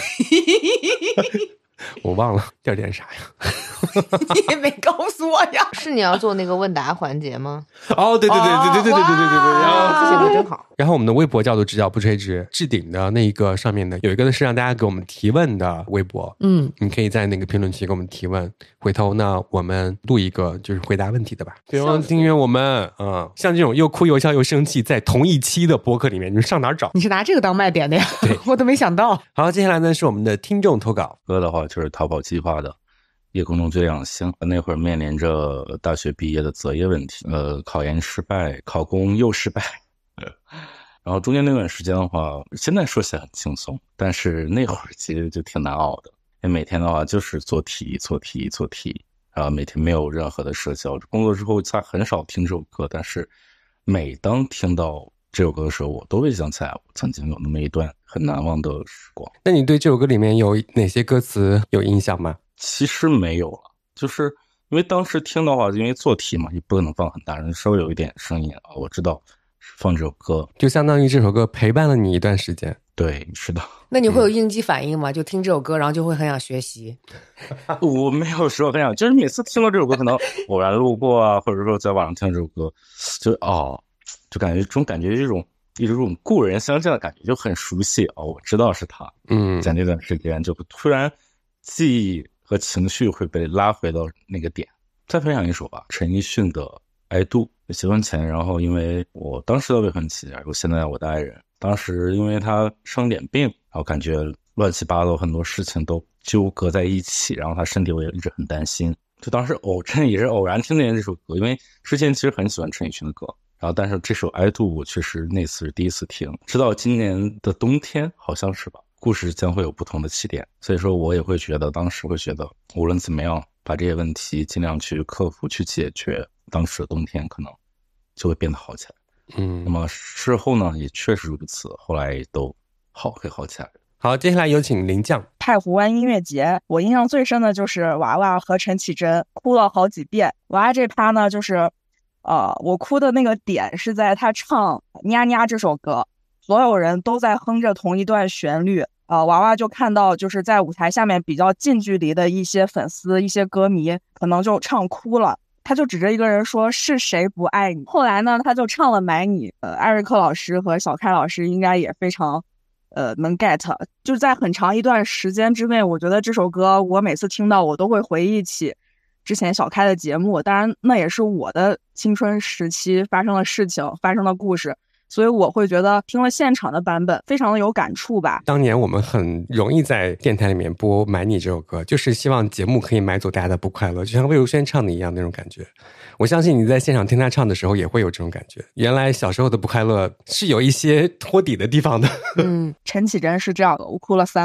我忘了第二点是啥呀？ 你也没告诉我呀。 是你要做那个问答环节吗？ 哦，对， 这些歌真好。 然后我们的微博叫做只脚不垂直，置顶的那一个上面呢有一个呢是让大家给我们提问的微博，你可以在那个评论区给我们提问，回头呢我们录一个就是回答问题的吧。别忘了订阅我们，像这种又哭又笑又生气在同一期的播客里面，你们上哪儿找？ 你是拿这个当卖点的呀？我都没想到。 好，接下来呢是我们的听众投稿。 歌的话就是淘宝计划的夜空中最亮星，那会儿面临着大学毕业的择业问题，考研失败，考公又失败，然后中间那段时间的话，现在说起来很轻松，但是那会儿其实就挺难熬的，因为每天的话就是做题，然后每天没有任何的社交。工作之后他很少听这首歌，但是每当听到这首歌的时候，我都会想起来我曾经有那么一段很难忘的时光。 那你对这首歌里面有哪些歌词有印象吗？ 其实没有了，就是因为当时听的话，因为做题嘛，也不可能放很大声，稍微有一点声音啊。我知道放这首歌， 就相当于这首歌陪伴了你一段时间。 对，是的。 那你会有应激反应吗？就听这首歌，然后就会很想学习？ 我没有说很想，就是每次听到这首歌，可能偶然路过啊，或者说在网上听这首歌，就感觉这种感觉一种故人相见的感觉，就很熟悉哦。我知道是他，在那段时间就突然记忆和情绪会被拉回到那个点。再分享一首吧，陈奕迅的《爱度》。结婚前，然后因为我当时的未婚妻，然后现在我的爱人，当时因为他生点病，然后感觉乱七八糟很多事情都纠葛在一起，然后他身体我也一直很担心。就当时真的也是偶然听见这首歌，因为之前其实很喜欢陈奕迅的歌，然后但是这首《爱度》我确实那次是第一次听，直到今年的冬天好像是吧，故事将会有不同的起点，所以说我也会觉得当时会觉得无论怎么样把这些问题尽量去克服去解决，当时的冬天可能就会变得好起来。那么事后呢也确实如此，后来都会好起来。 好，接下来有请林酱。 太湖湾音乐节，我印象最深的就是娃娃和陈绮贞，哭了好几遍。娃娃这趴呢，就是我哭的那个点是在他唱《nha nha》这首歌，所有人都在哼着同一段旋律。娃娃就看到就是在舞台下面比较近距离的一些粉丝、一些歌迷，可能就唱哭了。他就指着一个人说是谁不爱你。后来呢他就唱了买你。艾瑞克老师和小开老师应该也非常能 get， 就在很长一段时间之内，我觉得这首歌我每次听到我都会回忆起之前小开的节目，当然那也是我的青春时期发生的事情，发生的故事，所以我会觉得听了现场的版本非常的有感触吧。 当年我们很容易在电台里面播买你这首歌，就是希望节目可以买走大家的不快乐，就像魏如萱唱的一样那种感觉。我相信你在现场听他唱的时候也会有这种感觉，原来小时候的不快乐是有一些托底的地方的。 陈绮贞是这样的，我哭了3遍，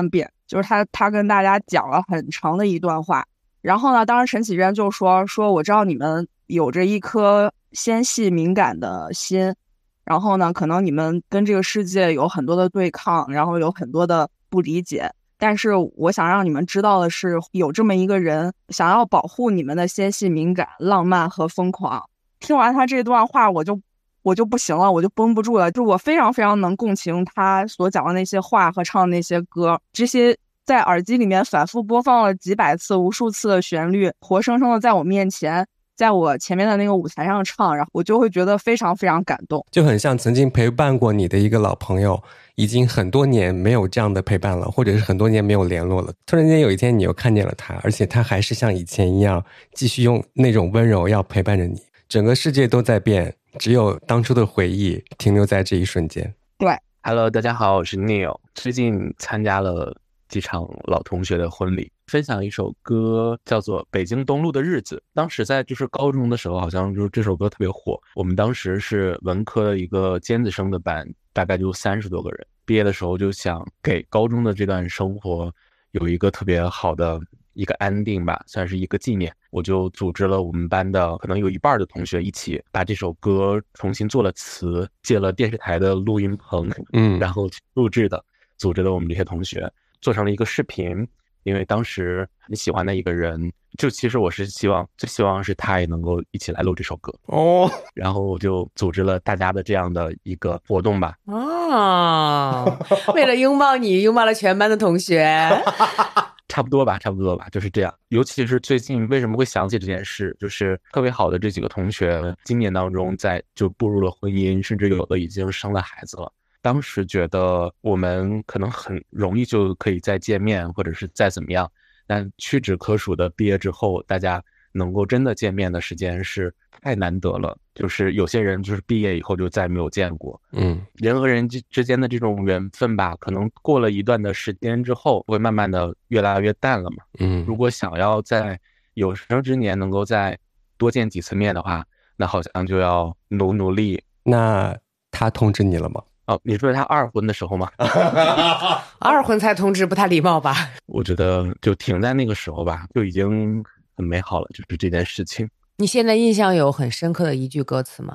就是他跟大家讲了很长的一段话。然后呢，当时陈绮贞就说我知道你们有着一颗纤细敏感的心，然后呢，可能你们跟这个世界有很多的对抗，然后有很多的不理解，但是我想让你们知道的是，有这么一个人想要保护你们的纤细敏感、浪漫和疯狂。听完他这段话，我就不行了，我就绷不住了。就我非常非常能共情他所讲的那些话和唱的那些歌，这些在耳机里面反复播放了几百次、无数次的旋律，活生生的在我面前，在我前面的那个舞台上唱，然后我就会觉得非常非常感动， 就很像曾经陪伴过你的一个老朋友，已经很多年没有这样的陪伴了，或者是很多年没有联络了，突然间有一天你又看见了他，而且他还是像以前一样继续用那种温柔要陪伴着你。整个世界都在变，只有当初的回忆停留在这一瞬间。 对。 Hello， 大家好，我是 Neil， 最近参加了几场老同学的婚礼，分享一首歌叫做《北京东路的日子》。当时在就是高中的时候，好像就是这首歌特别火。我们当时是文科的一个尖子生的班，大概就30多个人。毕业的时候就想给高中的这段生活有一个特别好的一个安定吧，算是一个纪念。我就组织了我们班的可能有一半的同学一起把这首歌重新做了词，借了电视台的录音棚，然后录制的，组织了我们这些同学做成了一个视频。因为当时很喜欢的一个人，就其实我是最希望是他也能够一起来录这首歌哦， 然后我就组织了大家的这样的一个活动吧。 为了拥抱你，拥抱了全班的同学。 差不多吧，就是这样。尤其是最近为什么会想起这件事，就是特别好的这几个同学，今年当中就步入了婚姻，甚至有的已经生了孩子了。当时觉得我们可能很容易就可以再见面，或者是再怎么样，但屈指可数的毕业之后，大家能够真的见面的时间是太难得了。就是有些人就是毕业以后就再没有见过。人和人之间的这种缘分吧，可能过了一段的时间之后，会慢慢的越来越淡了嘛。如果想要在有生之年能够再多见几次面的话，那好像就要努力。 那他通知你了吗？ 哦，你说他二婚的时候吗？ 二婚才通知不太礼貌吧？ 我觉得就停在那个时候吧，就已经很美好了，就是这件事情。 你现在印象有很深刻的一句歌词吗？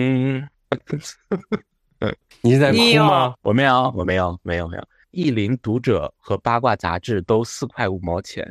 你是在哭吗？ 我没有。意林读者和八卦杂志都4块5毛钱。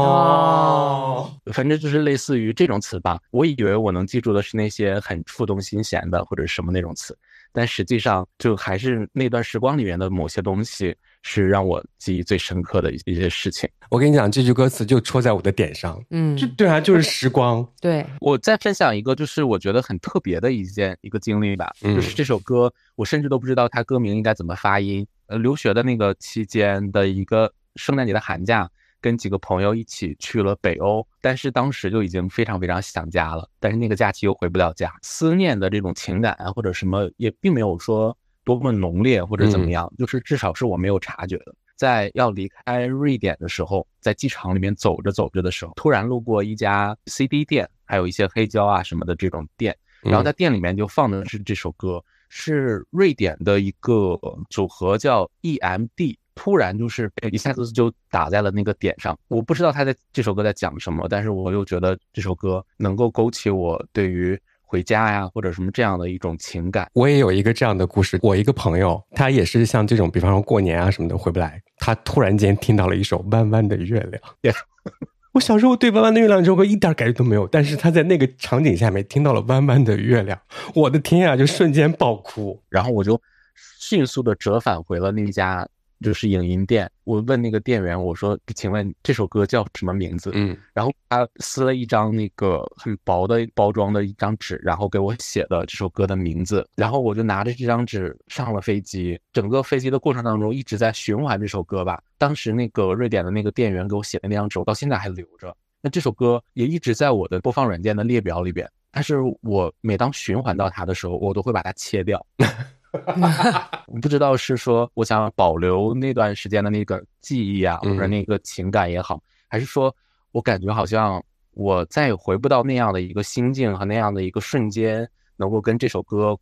反正就是类似于这种词吧。我以为我能记住的是那些很触动心弦的或者什么那种词，但实际上就还是那段时光里面的某些东西是让我记忆最深刻的一些事情。 我跟你讲，这句歌词就戳在我的点上。对啊，就是时光。 对， 我再分享一个就是我觉得很特别的一个经历吧。就是这首歌我甚至都不知道它歌名应该怎么发音。留学的那个期间的一个圣诞节的寒假，跟几个朋友一起去了北欧，但是当时就已经非常非常想家了，但是那个假期又回不了家，思念的这种情感或者什么也并没有说多么浓烈或者怎么样，就是至少是我没有察觉的。在要离开瑞典的时候，在机场里面走着的时候，突然路过一家 CD 店，还有一些黑胶啊什么的这种店，然后在店里面就放的是这首歌，是瑞典的一个组合叫 EMD，突然就是一下子就打在了那个点上。我不知道他在这首歌在讲什么，但是我又觉得这首歌能够勾起我对于回家呀或者什么这样的一种情感。 我也有一个这样的故事，我一个朋友他也是像这种比方说过年啊什么的回不来，他突然间听到了一首弯弯的月亮。我小时候对弯弯的月亮这首歌一点感觉都没有，但是他在那个场景下面听到了弯弯的月亮，我的天啊，就瞬间爆哭。 然后我就迅速的折返回了那家就是影音店，我问那个店员，我说请问这首歌叫什么名字？然后他撕了一张那个很薄的包装的一张纸，然后给我写的这首歌的名字，然后我就拿着这张纸上了飞机。整个飞机的过程当中一直在循环这首歌吧。当时那个瑞典的那个店员给我写的那张纸我到现在还留着，那这首歌也一直在我的播放软件的列表里边，但是我每当循环到它的时候我都会把它切掉。不知道是说我想保留那段时间的那个记忆啊，或者那个情感也好，还是说我感觉好像我再也回不到那样的一个心境和那样的一个瞬间能够跟这首歌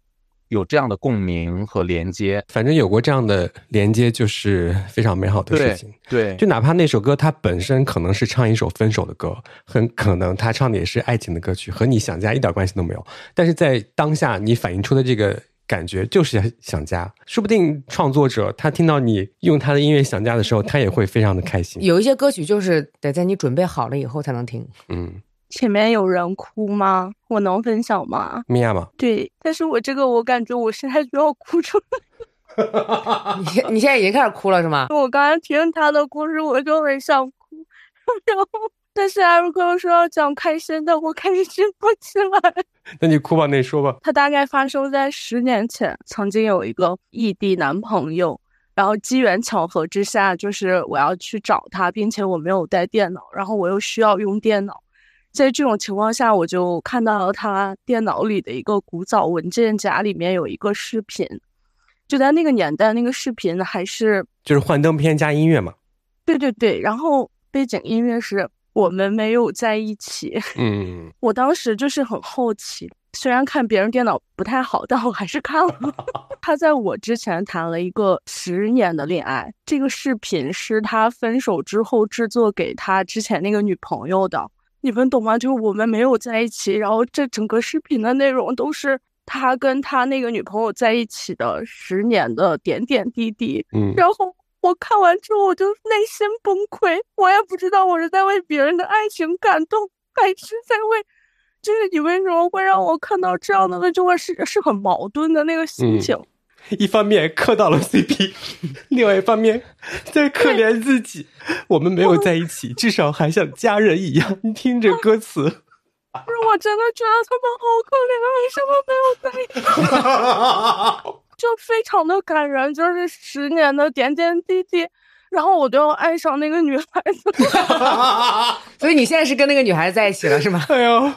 有这样的共鸣和连接。 反正有过这样的连接就是非常美好的事情。 对， 就哪怕那首歌它本身可能是唱一首分手的歌，很可能他唱的也是爱情的歌曲，和你想家一点关系都没有，但是在当下你反映出的这个感觉就是想家，说不定创作者他听到你用他的音乐想家的时候，他也会非常的开心。 有一些歌曲就是得在你准备好了以后才能听。 前面有人哭吗？我能分享吗？ 米娅吗？ 对，但是我感觉我现在就要哭出来。 你现在已经开始哭了是吗？ 我刚才听他的故事我就很想哭，然后但是艾瑞克说要讲开心的，我开心不起来。 那你哭吧，那你说吧。 他大概发生在10年前，曾经有一个异地男朋友，然后机缘巧合之下，就是我要去找他，并且我没有带电脑，然后我又需要用电脑。在这种情况下，我就看到了他电脑里的一个古早文件夹，里面有一个视频。就在那个年代，那个视频还是就是幻灯片加音乐嘛。 对对对，然后背景音乐是我们没有在一起。我当时就是很好奇，虽然看别人电脑不太好，但我还是看了。他在我之前谈了一个10年的恋爱，这个视频是他分手之后制作给他之前那个女朋友的。你们懂吗？就我们没有在一起，然后这整个视频的内容都是他跟他那个女朋友在一起的10年的点点滴滴。然后我看完之后我就内心崩溃，我也不知道我是在为别人的爱情感动，还是在为就是你为什么会让我看到这样的，就是很矛盾的那个心情。 一方面磕到了 CP， 另外一方面在可怜自己，我们没有在一起，至少还像家人一样。你听着歌词， 不是，我真的觉得他们好可怜，为什么没有在一起？就非常的感人，就是10年的点点滴滴，然后我都要爱上那个女孩子。 所以你现在是跟那个女孩子在一起了是吗？ 哎呦，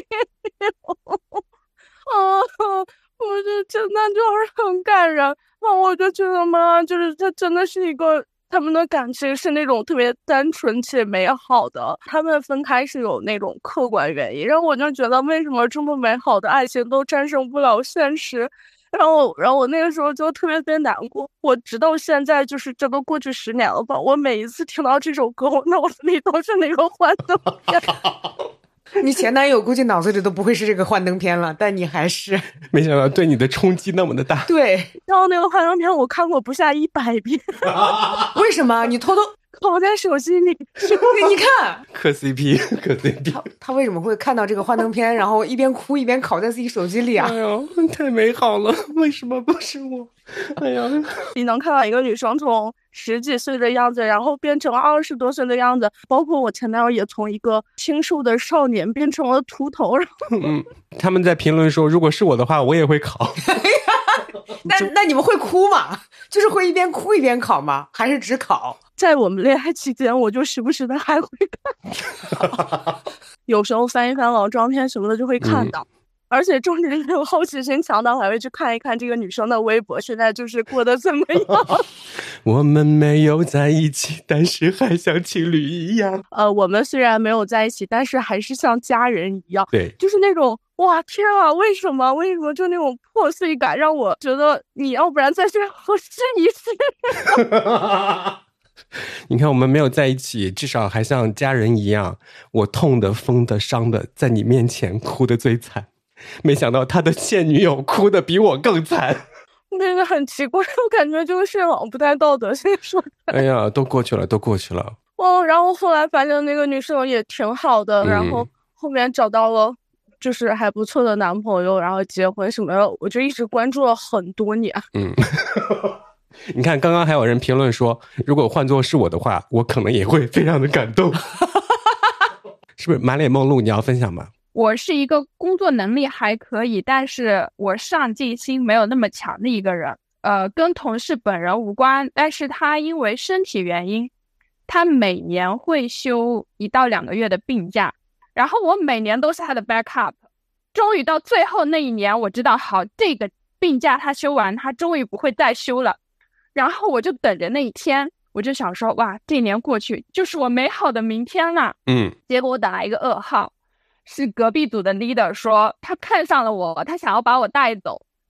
我就真的就是很感人，我就觉得嘛，就是他真的是一个，他们的感情是那种特别单纯且美好的，他们分开是有那种客观原因，然后我就觉得为什么这么美好的爱情都战胜不了现实，然后我那个时候就特别难过，我直到现在就是这都过去10年了吧，我每一次听到这首歌，我脑子里都是那个幻灯片。 你前男友估计脑子里都不会是这个幻灯片了，但你还是没想到对你的冲击那么的大。 对， 然后那个幻灯片我看过不下100遍。 为什么？你偷偷拷在手机里？ 你看， 磕 CP， 磕 CP。 他为什么会看到这个幻灯片，然后一边哭一边拷在自己手机里啊？ 哎呦，太美好了！为什么不是我？哎呀， 你能看到一个女生从10几岁的样子，然后变成20多岁的样子，包括我前男友也从一个清瘦的少年变成了秃头。 他们在评论说，如果是我的话，我也会考。 那你们会哭吗？就是会一边哭一边考吗？还是只考？ 在我们恋爱期间，我就时不时的还会看，有时候翻一翻老照片什么的就会看到。而且重点是我好奇心强到还会去看一看这个女生的微博，现在就是过得怎么样。 我们没有在一起，但是还像情侣一样。 我们虽然没有在一起，但是还是像家人一样。 对， 就是那种哇天啊，为什么就那种破碎感，让我觉得你要不然再去合适一些。 你看我们没有在一起，至少还像家人一样。我痛的疯的伤的，在你面前哭得最惨，没想到他的现女友哭得比我更惨。 那个很奇怪，我感觉这个是老不太道德，现在说。 哎呀，都过去了，都过去了。 然后后来反正那个女生也挺好的，然后后面找到了就是还不错的男朋友，然后结婚什么的，我就一直关注了很多年。 你看刚刚还有人评论说，如果换作是我的话，我可能也会非常的感动。是不是满脸梦露？你要分享吗？ 我是一个工作能力还可以，但是我上进心没有那么强的一个人。跟同事本人无关，但是他因为身体原因，他每年会休1到2个月的病假，然后我每年都是他的 backup。终于到最后那一年，我知道好，这个病假他休完，他终于不会再休了。然后我就等着那一天，我就想说，哇，这年过去就是我美好的明天了。结果我打来一个噩耗，是隔壁组的 leader 说他看上了我，他想要把我带走，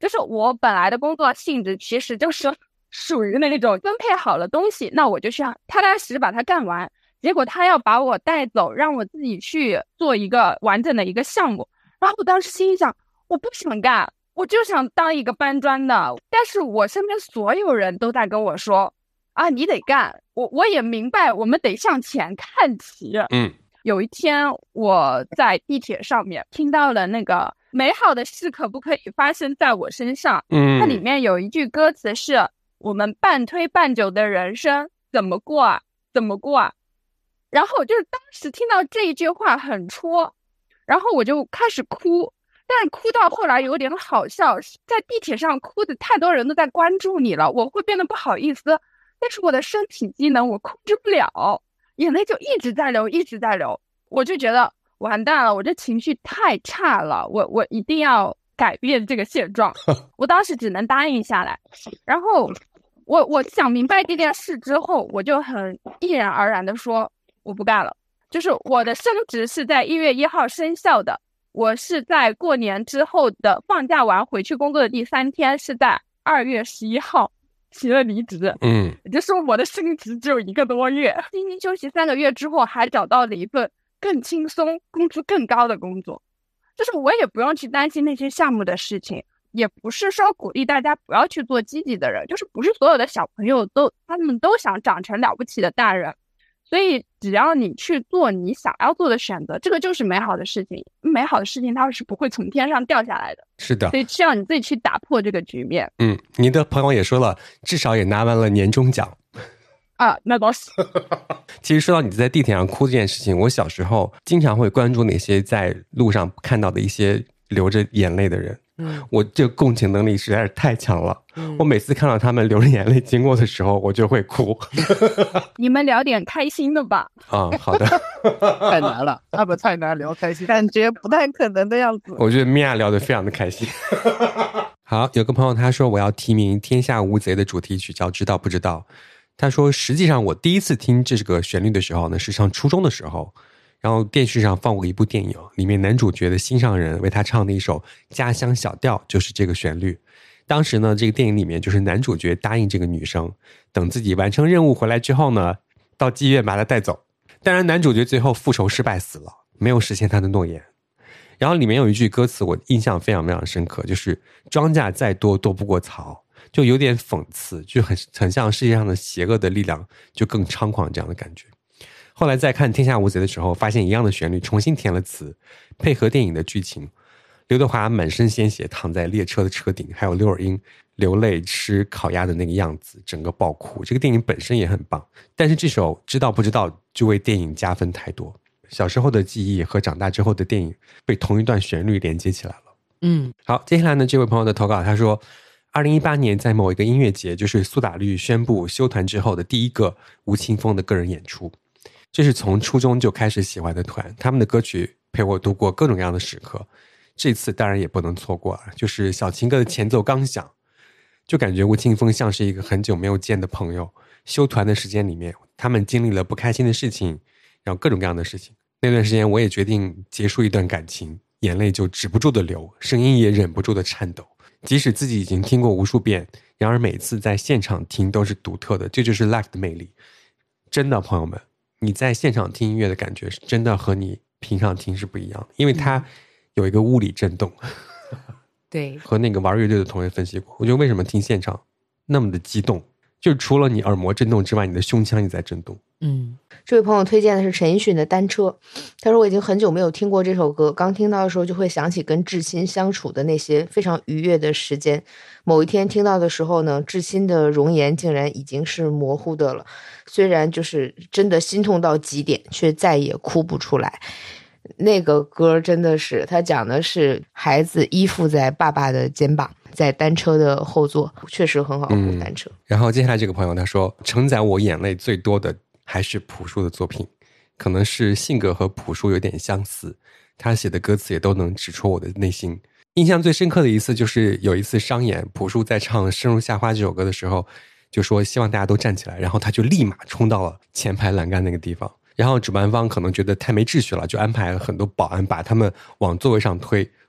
就是我本来的工作性质其实就是属于那种分配好了东西，那我就需要踏踏实实把它干完。结果他要把我带走，让我自己去做一个完整的一个项目。然后我当时心里想，我不想干，我就想当一个搬砖的。但是我身边所有人都在跟我说啊，你得干。我也明白，我们得向前看齐。有一天我在地铁上面听到了那个美好的事可不可以发生在我身上。它里面有一句歌词是，我们半推半就的人生怎么过啊，怎么过啊。然后我就是当时听到这一句话很戳，然后我就开始哭，但是哭到后来有点好笑，在地铁上哭的太多人都在关注你了，我会变得不好意思，但是我的身体机能我控制不了，眼泪就一直在流一直在流，我就觉得完蛋了，我这情绪太差了，我一定要改变这个现状。我当时只能答应下来，然后我想明白这件事之后，我就很毅然而然的说我不干了。就是我的升职是在1月1号生效的，我是在过年之后的放假完回去工作的第3天，是在2月11号提了离职。也就是说我的升职只有1个多月，进行休息3个月之后，还找到了一份更轻松、工资更高的工作。就是我也不用去担心那些项目的事情，也不是说鼓励大家不要去做积极的人，就是不是所有的小朋友他们都想长成了不起的大人。所以只要你去做你想要做的选择，这个就是美好的事情。美好的事情它是不会从天上掉下来的。 是的， 所以需要你自己去打破这个局面。 你的朋友也说了，至少也拿完了年终奖啊，那倒是。 其实说到你在地铁上哭这件事情，我小时候经常会关注那些在路上看到的一些流着眼泪的人。我这个共情能力实在是太强了。我每次看到他们流着眼泪经过的时候，我就会哭。 你们聊点开心的吧。 好的。 太难了，他们太难聊开心， 感觉不太可能的样子。 我觉得米娅聊得非常的开心。好，有个朋友他说我要提名《天下无贼》的主题曲叫《知道不知道》。他说实际上我第一次听这个旋律的时候呢，是上初中的时候，然后电视上放过一部电影，里面男主角的心上人为他唱的一首家乡小调就是这个旋律。当时呢，这个电影里面就是男主角答应这个女生，等自己完成任务回来之后呢，到妓院把她带走。当然男主角最后复仇失败死了，没有实现他的诺言。然后里面有一句歌词我印象非常非常深刻，就是庄稼再多斗不过曹，就有点讽刺，就很像世界上的邪恶的力量就更猖狂这样的感觉。后来在看《天下无贼》的时候，发现一样的旋律重新填了词，配合电影的剧情。刘德华满身鲜血躺在列车的车顶，还有刘若英流泪吃烤鸭的那个样子，整个爆哭。这个电影本身也很棒，但是这首《知道不知道》就为电影加分太多。小时候的记忆和长大之后的电影被同一段旋律连接起来了。好，接下来呢，这位朋友的投稿他说2018年在某一个音乐节，就是苏打绿宣布休团之后的第一个吴青峰的个人演出。这是从初中就开始喜欢的团，他们的歌曲陪我度过各种各样的时刻，这次当然也不能错过了。就是小情歌的前奏刚响，就感觉吴青峰像是一个很久没有见的朋友。休团的时间里面，他们经历了不开心的事情，然后各种各样的事情。那段时间我也决定结束一段感情，眼泪就止不住的流，声音也忍不住的颤抖。即使自己已经听过无数遍，然而每次在现场听都是独特的，这就是 live 的魅力。真的朋友们，你在现场听音乐的感觉是真的和你平常听是不一样的，因为它有一个物理震动。 对， 和那个玩乐队的同学分析过，我觉得为什么听现场那么的激动，就是除了你耳膜震动之外，你的胸腔也在震动。 这位朋友推荐的是陈奕迅的《单车》，他说我已经很久没有听过这首歌，刚听到的时候就会想起跟至亲相处的那些非常愉悦的时间。某一天听到的时候呢，至亲的容颜竟然已经是模糊的了，虽然就是真的心痛到极点，却再也哭不出来。那个歌真的是，他讲的是孩子依附在爸爸的肩膀，在单车的后座，确实很好哭单车。 然后接下来这个朋友他说，承载我眼泪最多的还是朴树的作品，可能是性格和朴树有点相似，他写的歌词也都能直戳我的内心。印象最深刻的一次就是有一次商演，朴树在唱《生如夏花》这首歌的时候，就说希望大家都站起来，然后他就立马冲到了前排栏杆那个地方。然后主办方可能觉得太没秩序了，就安排了很多保安把他们往座位上推。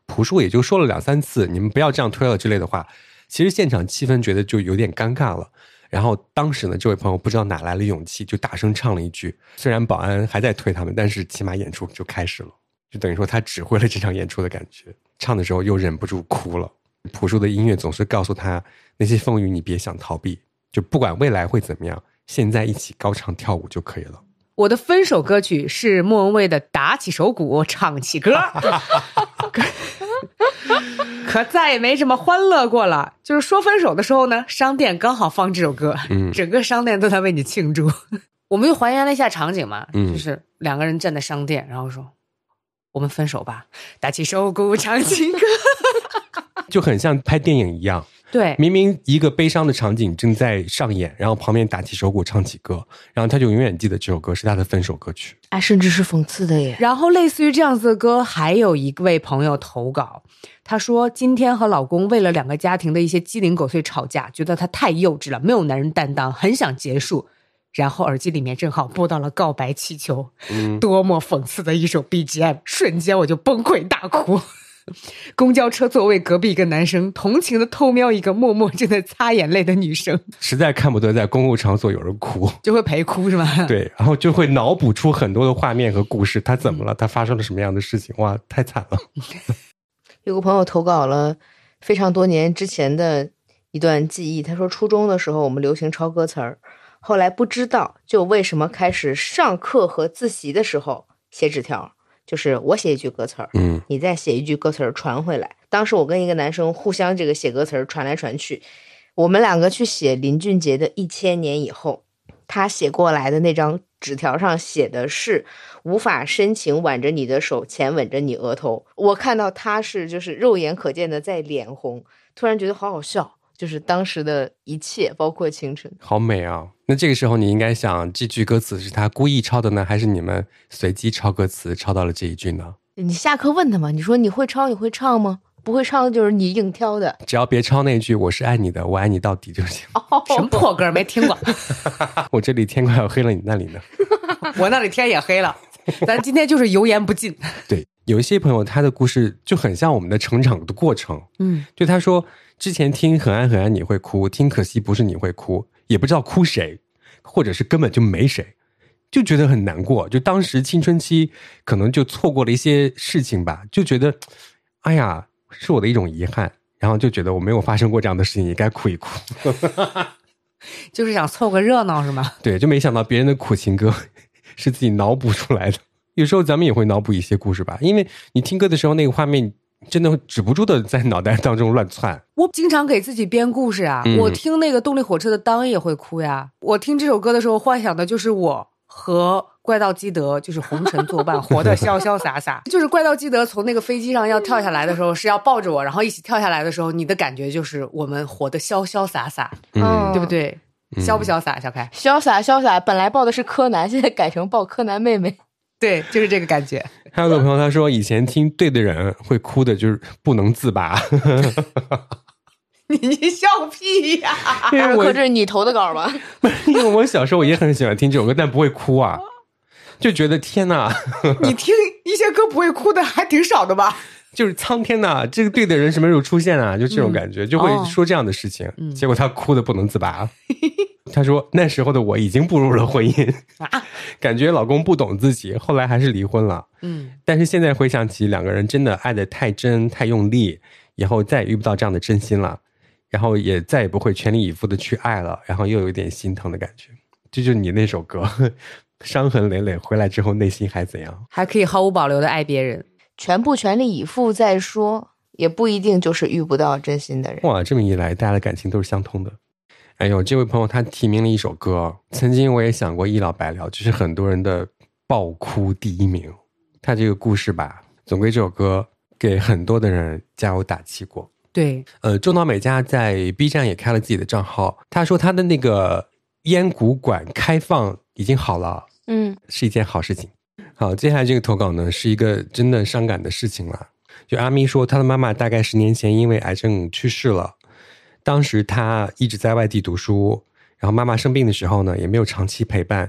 朴树也就说了2-3次你们不要这样推了之类的话，其实现场气氛觉得就有点尴尬了。然后当时呢，这位朋友不知道哪来了勇气，就大声唱了一句，虽然保安还在推他们，但是起码演出就开始了，就等于说他指挥了这场演出的感觉。唱的时候又忍不住哭了。朴树的音乐总是告诉他，那些风雨你别想逃避，就不管未来会怎么样，现在一起高唱跳舞就可以了。 我的分手歌曲是莫文蔚的打起手鼓唱起歌可再也没这么欢乐过了。就是说分手的时候呢，商店刚好放这首歌，整个商店都在为你庆祝我们就还原了一下场景嘛，就是2个人站在商店，然后说我们分手吧，打起手鼓唱起歌就很像拍电影一样。 对， 明明一个悲伤的场景正在上演，然后旁边打起手鼓唱起歌，然后他就永远记得这首歌是他的分手歌曲。 甚至是讽刺的耶。 然后类似于这样子的歌，还有一位朋友投稿，他说今天和老公为了2个家庭的一些鸡零狗碎吵架，觉得他太幼稚了，没有男人担当，很想结束。然后耳机里面正好播到了告白气球，多么讽刺的一首 BGM， 瞬间我就崩溃大哭。公交车座位隔壁一个男生同情的偷瞄一个默默正在擦眼泪的女生， 实在看不得在公共场所有人哭， 就会陪哭是吗？ 对，然后就会脑补出很多的画面和故事，他怎么了，他发生了什么样的事情，哇，太惨了。 有个朋友投稿了非常多年之前的一段记忆，他说初中的时候我们流行抄歌词儿，后来不知道就为什么开始上课和自习的时候写纸条，就是我写一句歌词儿，你再写一句歌词儿传回来。当时我跟一个男生互相这个写歌词儿传来传去，我们2个去写林俊杰的1000年以后，他写过来的那张纸条上写的是无法深情挽着你的手，浅吻着你额头。我看到他是就是肉眼可见的在脸红，突然觉得好好笑，就是当时的一切包括青春。 好美啊。那这个时候你应该想，这句歌词是他故意抄的呢，还是你们随机抄歌词抄到了这一句呢？ 你下课问他嘛，你说你会抄你会唱吗？不会唱就是你硬挑的， 只要别抄那句我是爱你的，我爱你到底就行。 什么破歌没听过我这里天快要黑了，你那里呢？ 我那里天也黑了，咱今天就是油盐不进。 对，有一些朋友他的故事就很像我们的成长的过程。就他说之前听很爱很爱你会哭，听可惜不是你会哭，也不知道哭谁，或者是根本就没谁，就觉得很难过。就当时青春期可能就错过了一些事情吧，就觉得哎呀是我的一种遗憾，然后就觉得我没有发生过这样的事情也该哭一哭就是想凑个热闹是吗？ 对，就没想到别人的苦情歌是自己脑补出来的。有时候咱们也会脑补一些故事吧，因为你听歌的时候那个画面真的止不住的在脑袋当中乱窜。 我经常给自己编故事啊，我听那个动力火车的当也会哭呀。我听这首歌的时候幻想的就是我和怪盗基德就是红尘作伴活得潇潇洒洒就是怪盗基德从那个飞机上要跳下来的时候是要抱着我，然后一起跳下来的时候，你的感觉就是我们活得潇潇洒洒，对不对？潇不潇洒？小开潇洒潇洒，本来抱的是柯南，现在改成抱柯南妹妹。 对，就是这个感觉。 还有个朋友他说以前听对的人会哭的就是不能自拔你笑屁呀！ 可是你投的稿吗？ 因为我小时候也很喜欢听这首歌，但不会哭啊，就觉得天哪你听一些歌不会哭的还挺少的吧？ 就是苍天哪，这个对的人什么时候出现啊？就这种感觉，就会说这样的事情，结果他哭的不能自拔。他说那时候的我已经步入了婚姻感觉老公不懂自己，后来还是离婚了。但是现在回想起2个人真的爱得太真太用力，以后再也遇不到这样的真心了，然后也再也不会全力以赴的去爱了，然后又有一点心疼的感觉。这就是你那首歌伤痕累累回来之后内心还怎样， 还可以毫无保留的爱别人， 全部全力以赴再说，也不一定就是遇不到真心的人。 哇，这么一来大家的感情都是相通的。哎呦，这位朋友他提名了一首歌，曾经我也想过一了百了，就是很多人的爆哭第1名。他这个故事吧，总归这首歌给很多的人加油打气过。 对， 中岛美嘉在 B 站也开了自己的账号，他说他的那个咽鼓管开放已经好了，是一件好事情。好，接下来这个投稿呢是一个真的伤感的事情了。就阿咪说他的妈妈大概10年前因为癌症去世了，当时他一直在外地读书，然后妈妈生病的时候呢也没有长期陪伴，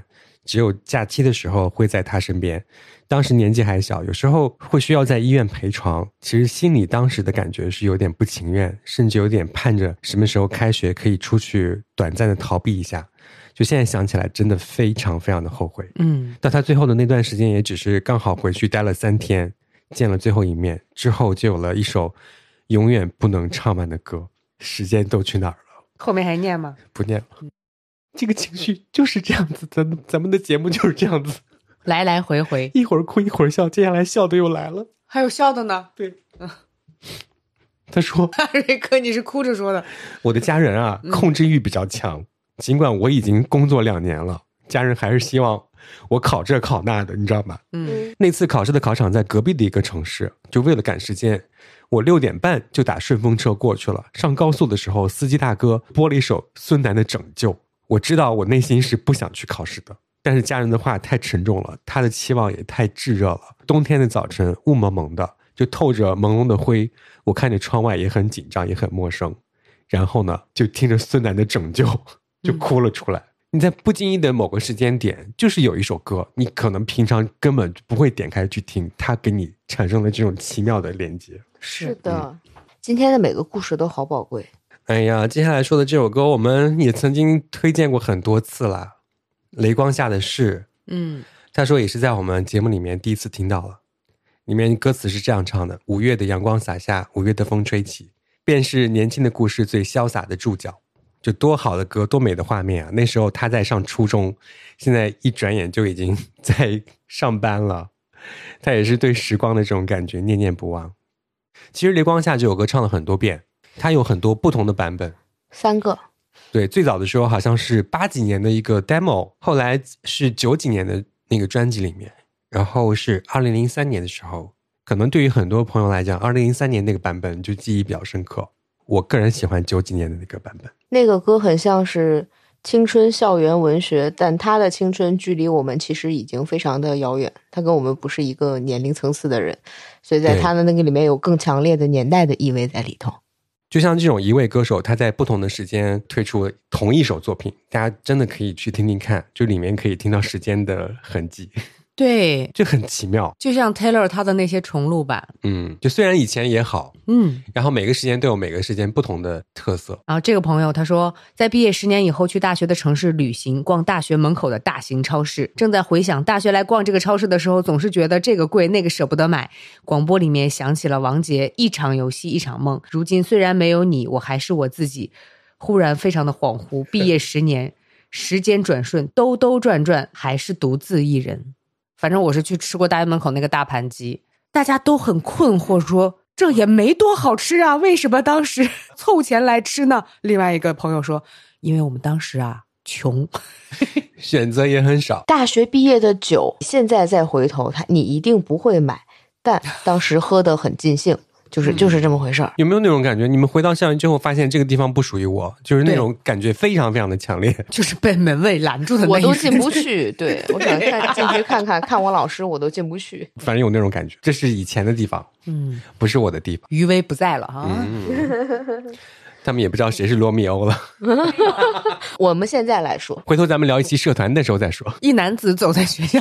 只有假期的时候会在他身边。当时年纪还小，有时候会需要在医院陪床，其实心里当时的感觉是有点不情愿，甚至有点盼着什么时候开学可以出去短暂的逃避一下。就现在想起来真的非常非常的后悔。到他最后的那段时间也只是刚好回去待了3天，见了最后一面之后，就有了一首永远不能唱完的歌，时间都去哪儿了。 后面还念吗？ 不念了。这个情绪就是这样子，咱们的节目就是这样子， 来来回回， 一会儿哭一会儿笑，接下来笑的又来了。 还有笑的呢？ 对。他说瑞克你是哭着说的。 我的家人啊控制欲比较强，尽管我已经工作2年了，家人还是希望我考这考那的，你知道吗？那次考试的考场在隔壁的一个城市，就为了赶时间，我6点半就打顺风车过去了。上高速的时候，司机大哥播了一首孙楠的《拯救》，我知道我内心是不想去考试的，但是家人的话太沉重了，他的期望也太炙热了。冬天的早晨雾蒙蒙的，就透着朦胧的灰，我看着窗外也很紧张也很陌生，然后呢就听着孙楠的《拯救》就哭了出来。你在不经意的某个时间点，就是有一首歌你可能平常根本不会点开去听，它给你产生了这种奇妙的连接。 是的，今天的每个故事都好宝贵。 哎呀，接下来说的这首歌我们也曾经推荐过很多次了，雷光下的事。他说也是在我们节目里面第一次听到了。里面歌词是这样唱的：5月的阳光洒下，5月的风吹起，便是年轻的故事最潇洒的注脚。就多好的歌，多美的画面啊！那时候他在上初中，现在一转眼就已经在上班了。他也是对时光的这种感觉念念不忘。其实雷光下这首歌唱了很多遍，它有很多不同的版本 ，3个。 对，最早的时候好像是80几年的一个 demo， 后来是90几年的那个专辑里面，然后是2003年的时候，可能对于很多朋友来讲2003年那个版本就记忆比较深刻。我个人喜欢90几年的那个版本。 那个歌很像是青春校园文学，但他的青春距离我们其实已经非常的遥远，他跟我们不是一个年龄层次的人，所以在他的那个里面有更强烈的年代的意味在里头。 就像这种一位歌手，他在不同的时间推出同一首作品，大家真的可以去听听看，就里面可以听到时间的痕迹。 对， 就很奇妙， 就像 Taylor 他的那些重录版， 就虽然以前也好，然后每个时间都有每个时间不同的特色。 然后这个朋友他说，在毕业10年以后去大学的城市旅行，逛大学门口的大型超市，正在回想大学来逛这个超市的时候，总是觉得这个贵那个舍不得买。广播里面响起了王杰一场游戏一场梦，如今虽然没有你，我还是我自己。忽然非常的恍惚，毕业10年时间转瞬，兜兜转转还是独自一人。反正我是去吃过大学门口那个大盘鸡，大家都很困惑说这也没多好吃啊，为什么当时凑钱来吃呢？另外一个朋友说因为我们当时啊穷选择也很少。 大学毕业的酒现在再回头你一定不会买，但当时喝得很尽兴，就是这么回事儿。 有没有那种感觉，你们回到校园之后发现这个地方不属于我，就是那种感觉非常非常的强烈， 就是被门卫拦住的那一瞬间， 我都进不去。对，我想进去看我老师，我都进不去。 反正有那种感觉，这是以前的地方，不是我的地方。 余威不在了哈。 他们也不知道谁是罗密欧了。 我们现在来说， 回头咱们聊一期社团的时候再说。 一男子走在学校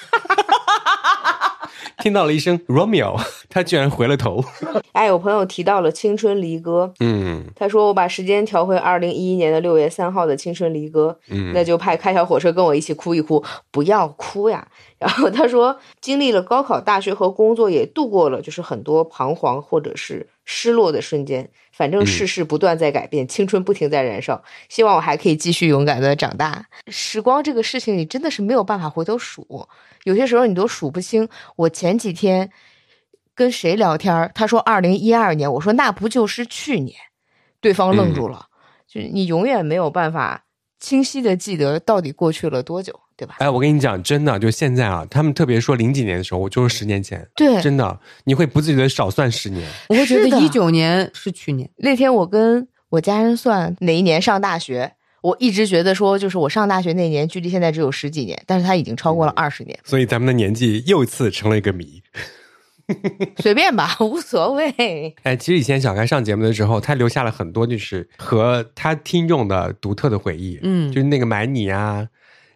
听到了一声 Romeo， 他居然回了头。 哎，有朋友提到了青春离歌，他说我把时间调回2011年的6月3号的青春离歌，那就派开小火车跟我一起哭一哭，不要哭呀。然后他说经历了高考、大学和工作，也度过了就是很多彷徨或者是失落的瞬间，反正世事不断在改变，青春不停在燃烧，希望我还可以继续勇敢的长大。时光这个事情你真的是没有办法回头数，有些时候你都数不清。我前几天跟谁聊天，他说2012年，我说那不就是去年，对方愣住了，就是你永远没有办法清晰的记得到底过去了多久，对吧？ 哎，我跟你讲，真的，就现在啊，他们特别说00几年的时候，我就是10年前， 对， 真的，你会不自觉的少算10年。 我会觉得19年是去年。 那天我跟我家人算哪一年上大学，我一直觉得说，就是我上大学那年距离现在只有10几年，但是它已经超过了20年。 所以咱们的年纪又一次成了一个谜。 随便吧，无所谓。 哎，其实以前小开上节目的时候，他留下了很多就是和他听众的独特的回忆，就是那个买你啊，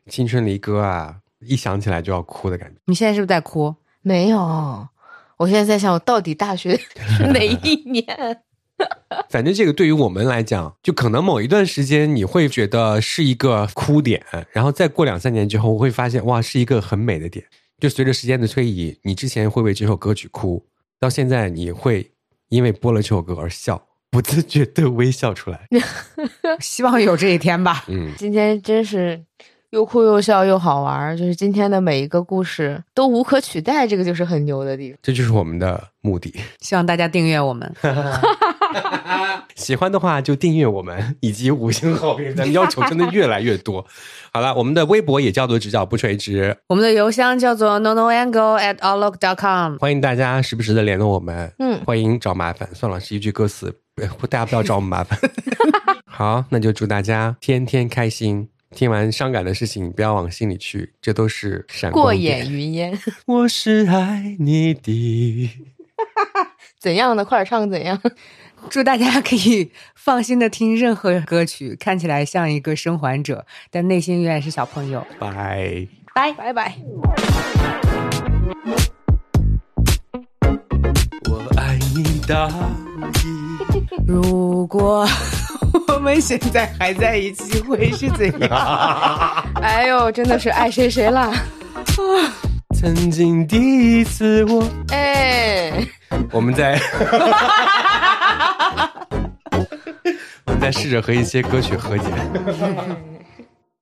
青春离歌啊，一想起来就要哭的感觉。 你现在是不是在哭？ 没有，我现在在想我到底大学是哪一年。 反正这个对于我们来讲，就可能某一段时间你会觉得是一个哭点，然后再过2-3年之后会发现哇，是一个很美的点。就随着时间的推移，你之前会为这首歌曲哭，到现在你会因为播了这首歌而笑，不自觉的微笑出来。 希望有这一天吧。 今天真是又哭又笑又好玩，就是今天的每一个故事都无可取代，这个就是很牛的地方。 这就是我们的目的。 希望大家订阅我们。 喜欢的话就订阅我们以及5星好评，咱们要求真的越来越多。好了，我们的微博也叫做直角不垂直，我们的邮箱叫做 nonoangle@outlook.com， 欢迎大家时不时的联络我们。欢迎找麻烦，算了，是一句歌词，大家不要找我们麻烦。好，那就祝大家天天开心，听完伤感的事情不要往心里去，这都是闪光点， 过眼云烟。 我是爱你的怎样的，快点唱怎样。 祝大家可以放心的听任何歌曲，看起来像一个生还者，但内心永远是小朋友。 拜拜拜拜。 我爱你到底。 如果我们现在还在一起会是怎样？ 哎呦，真的是爱谁谁啦。 曾经第一次我们在我们在试着和一些歌曲和解。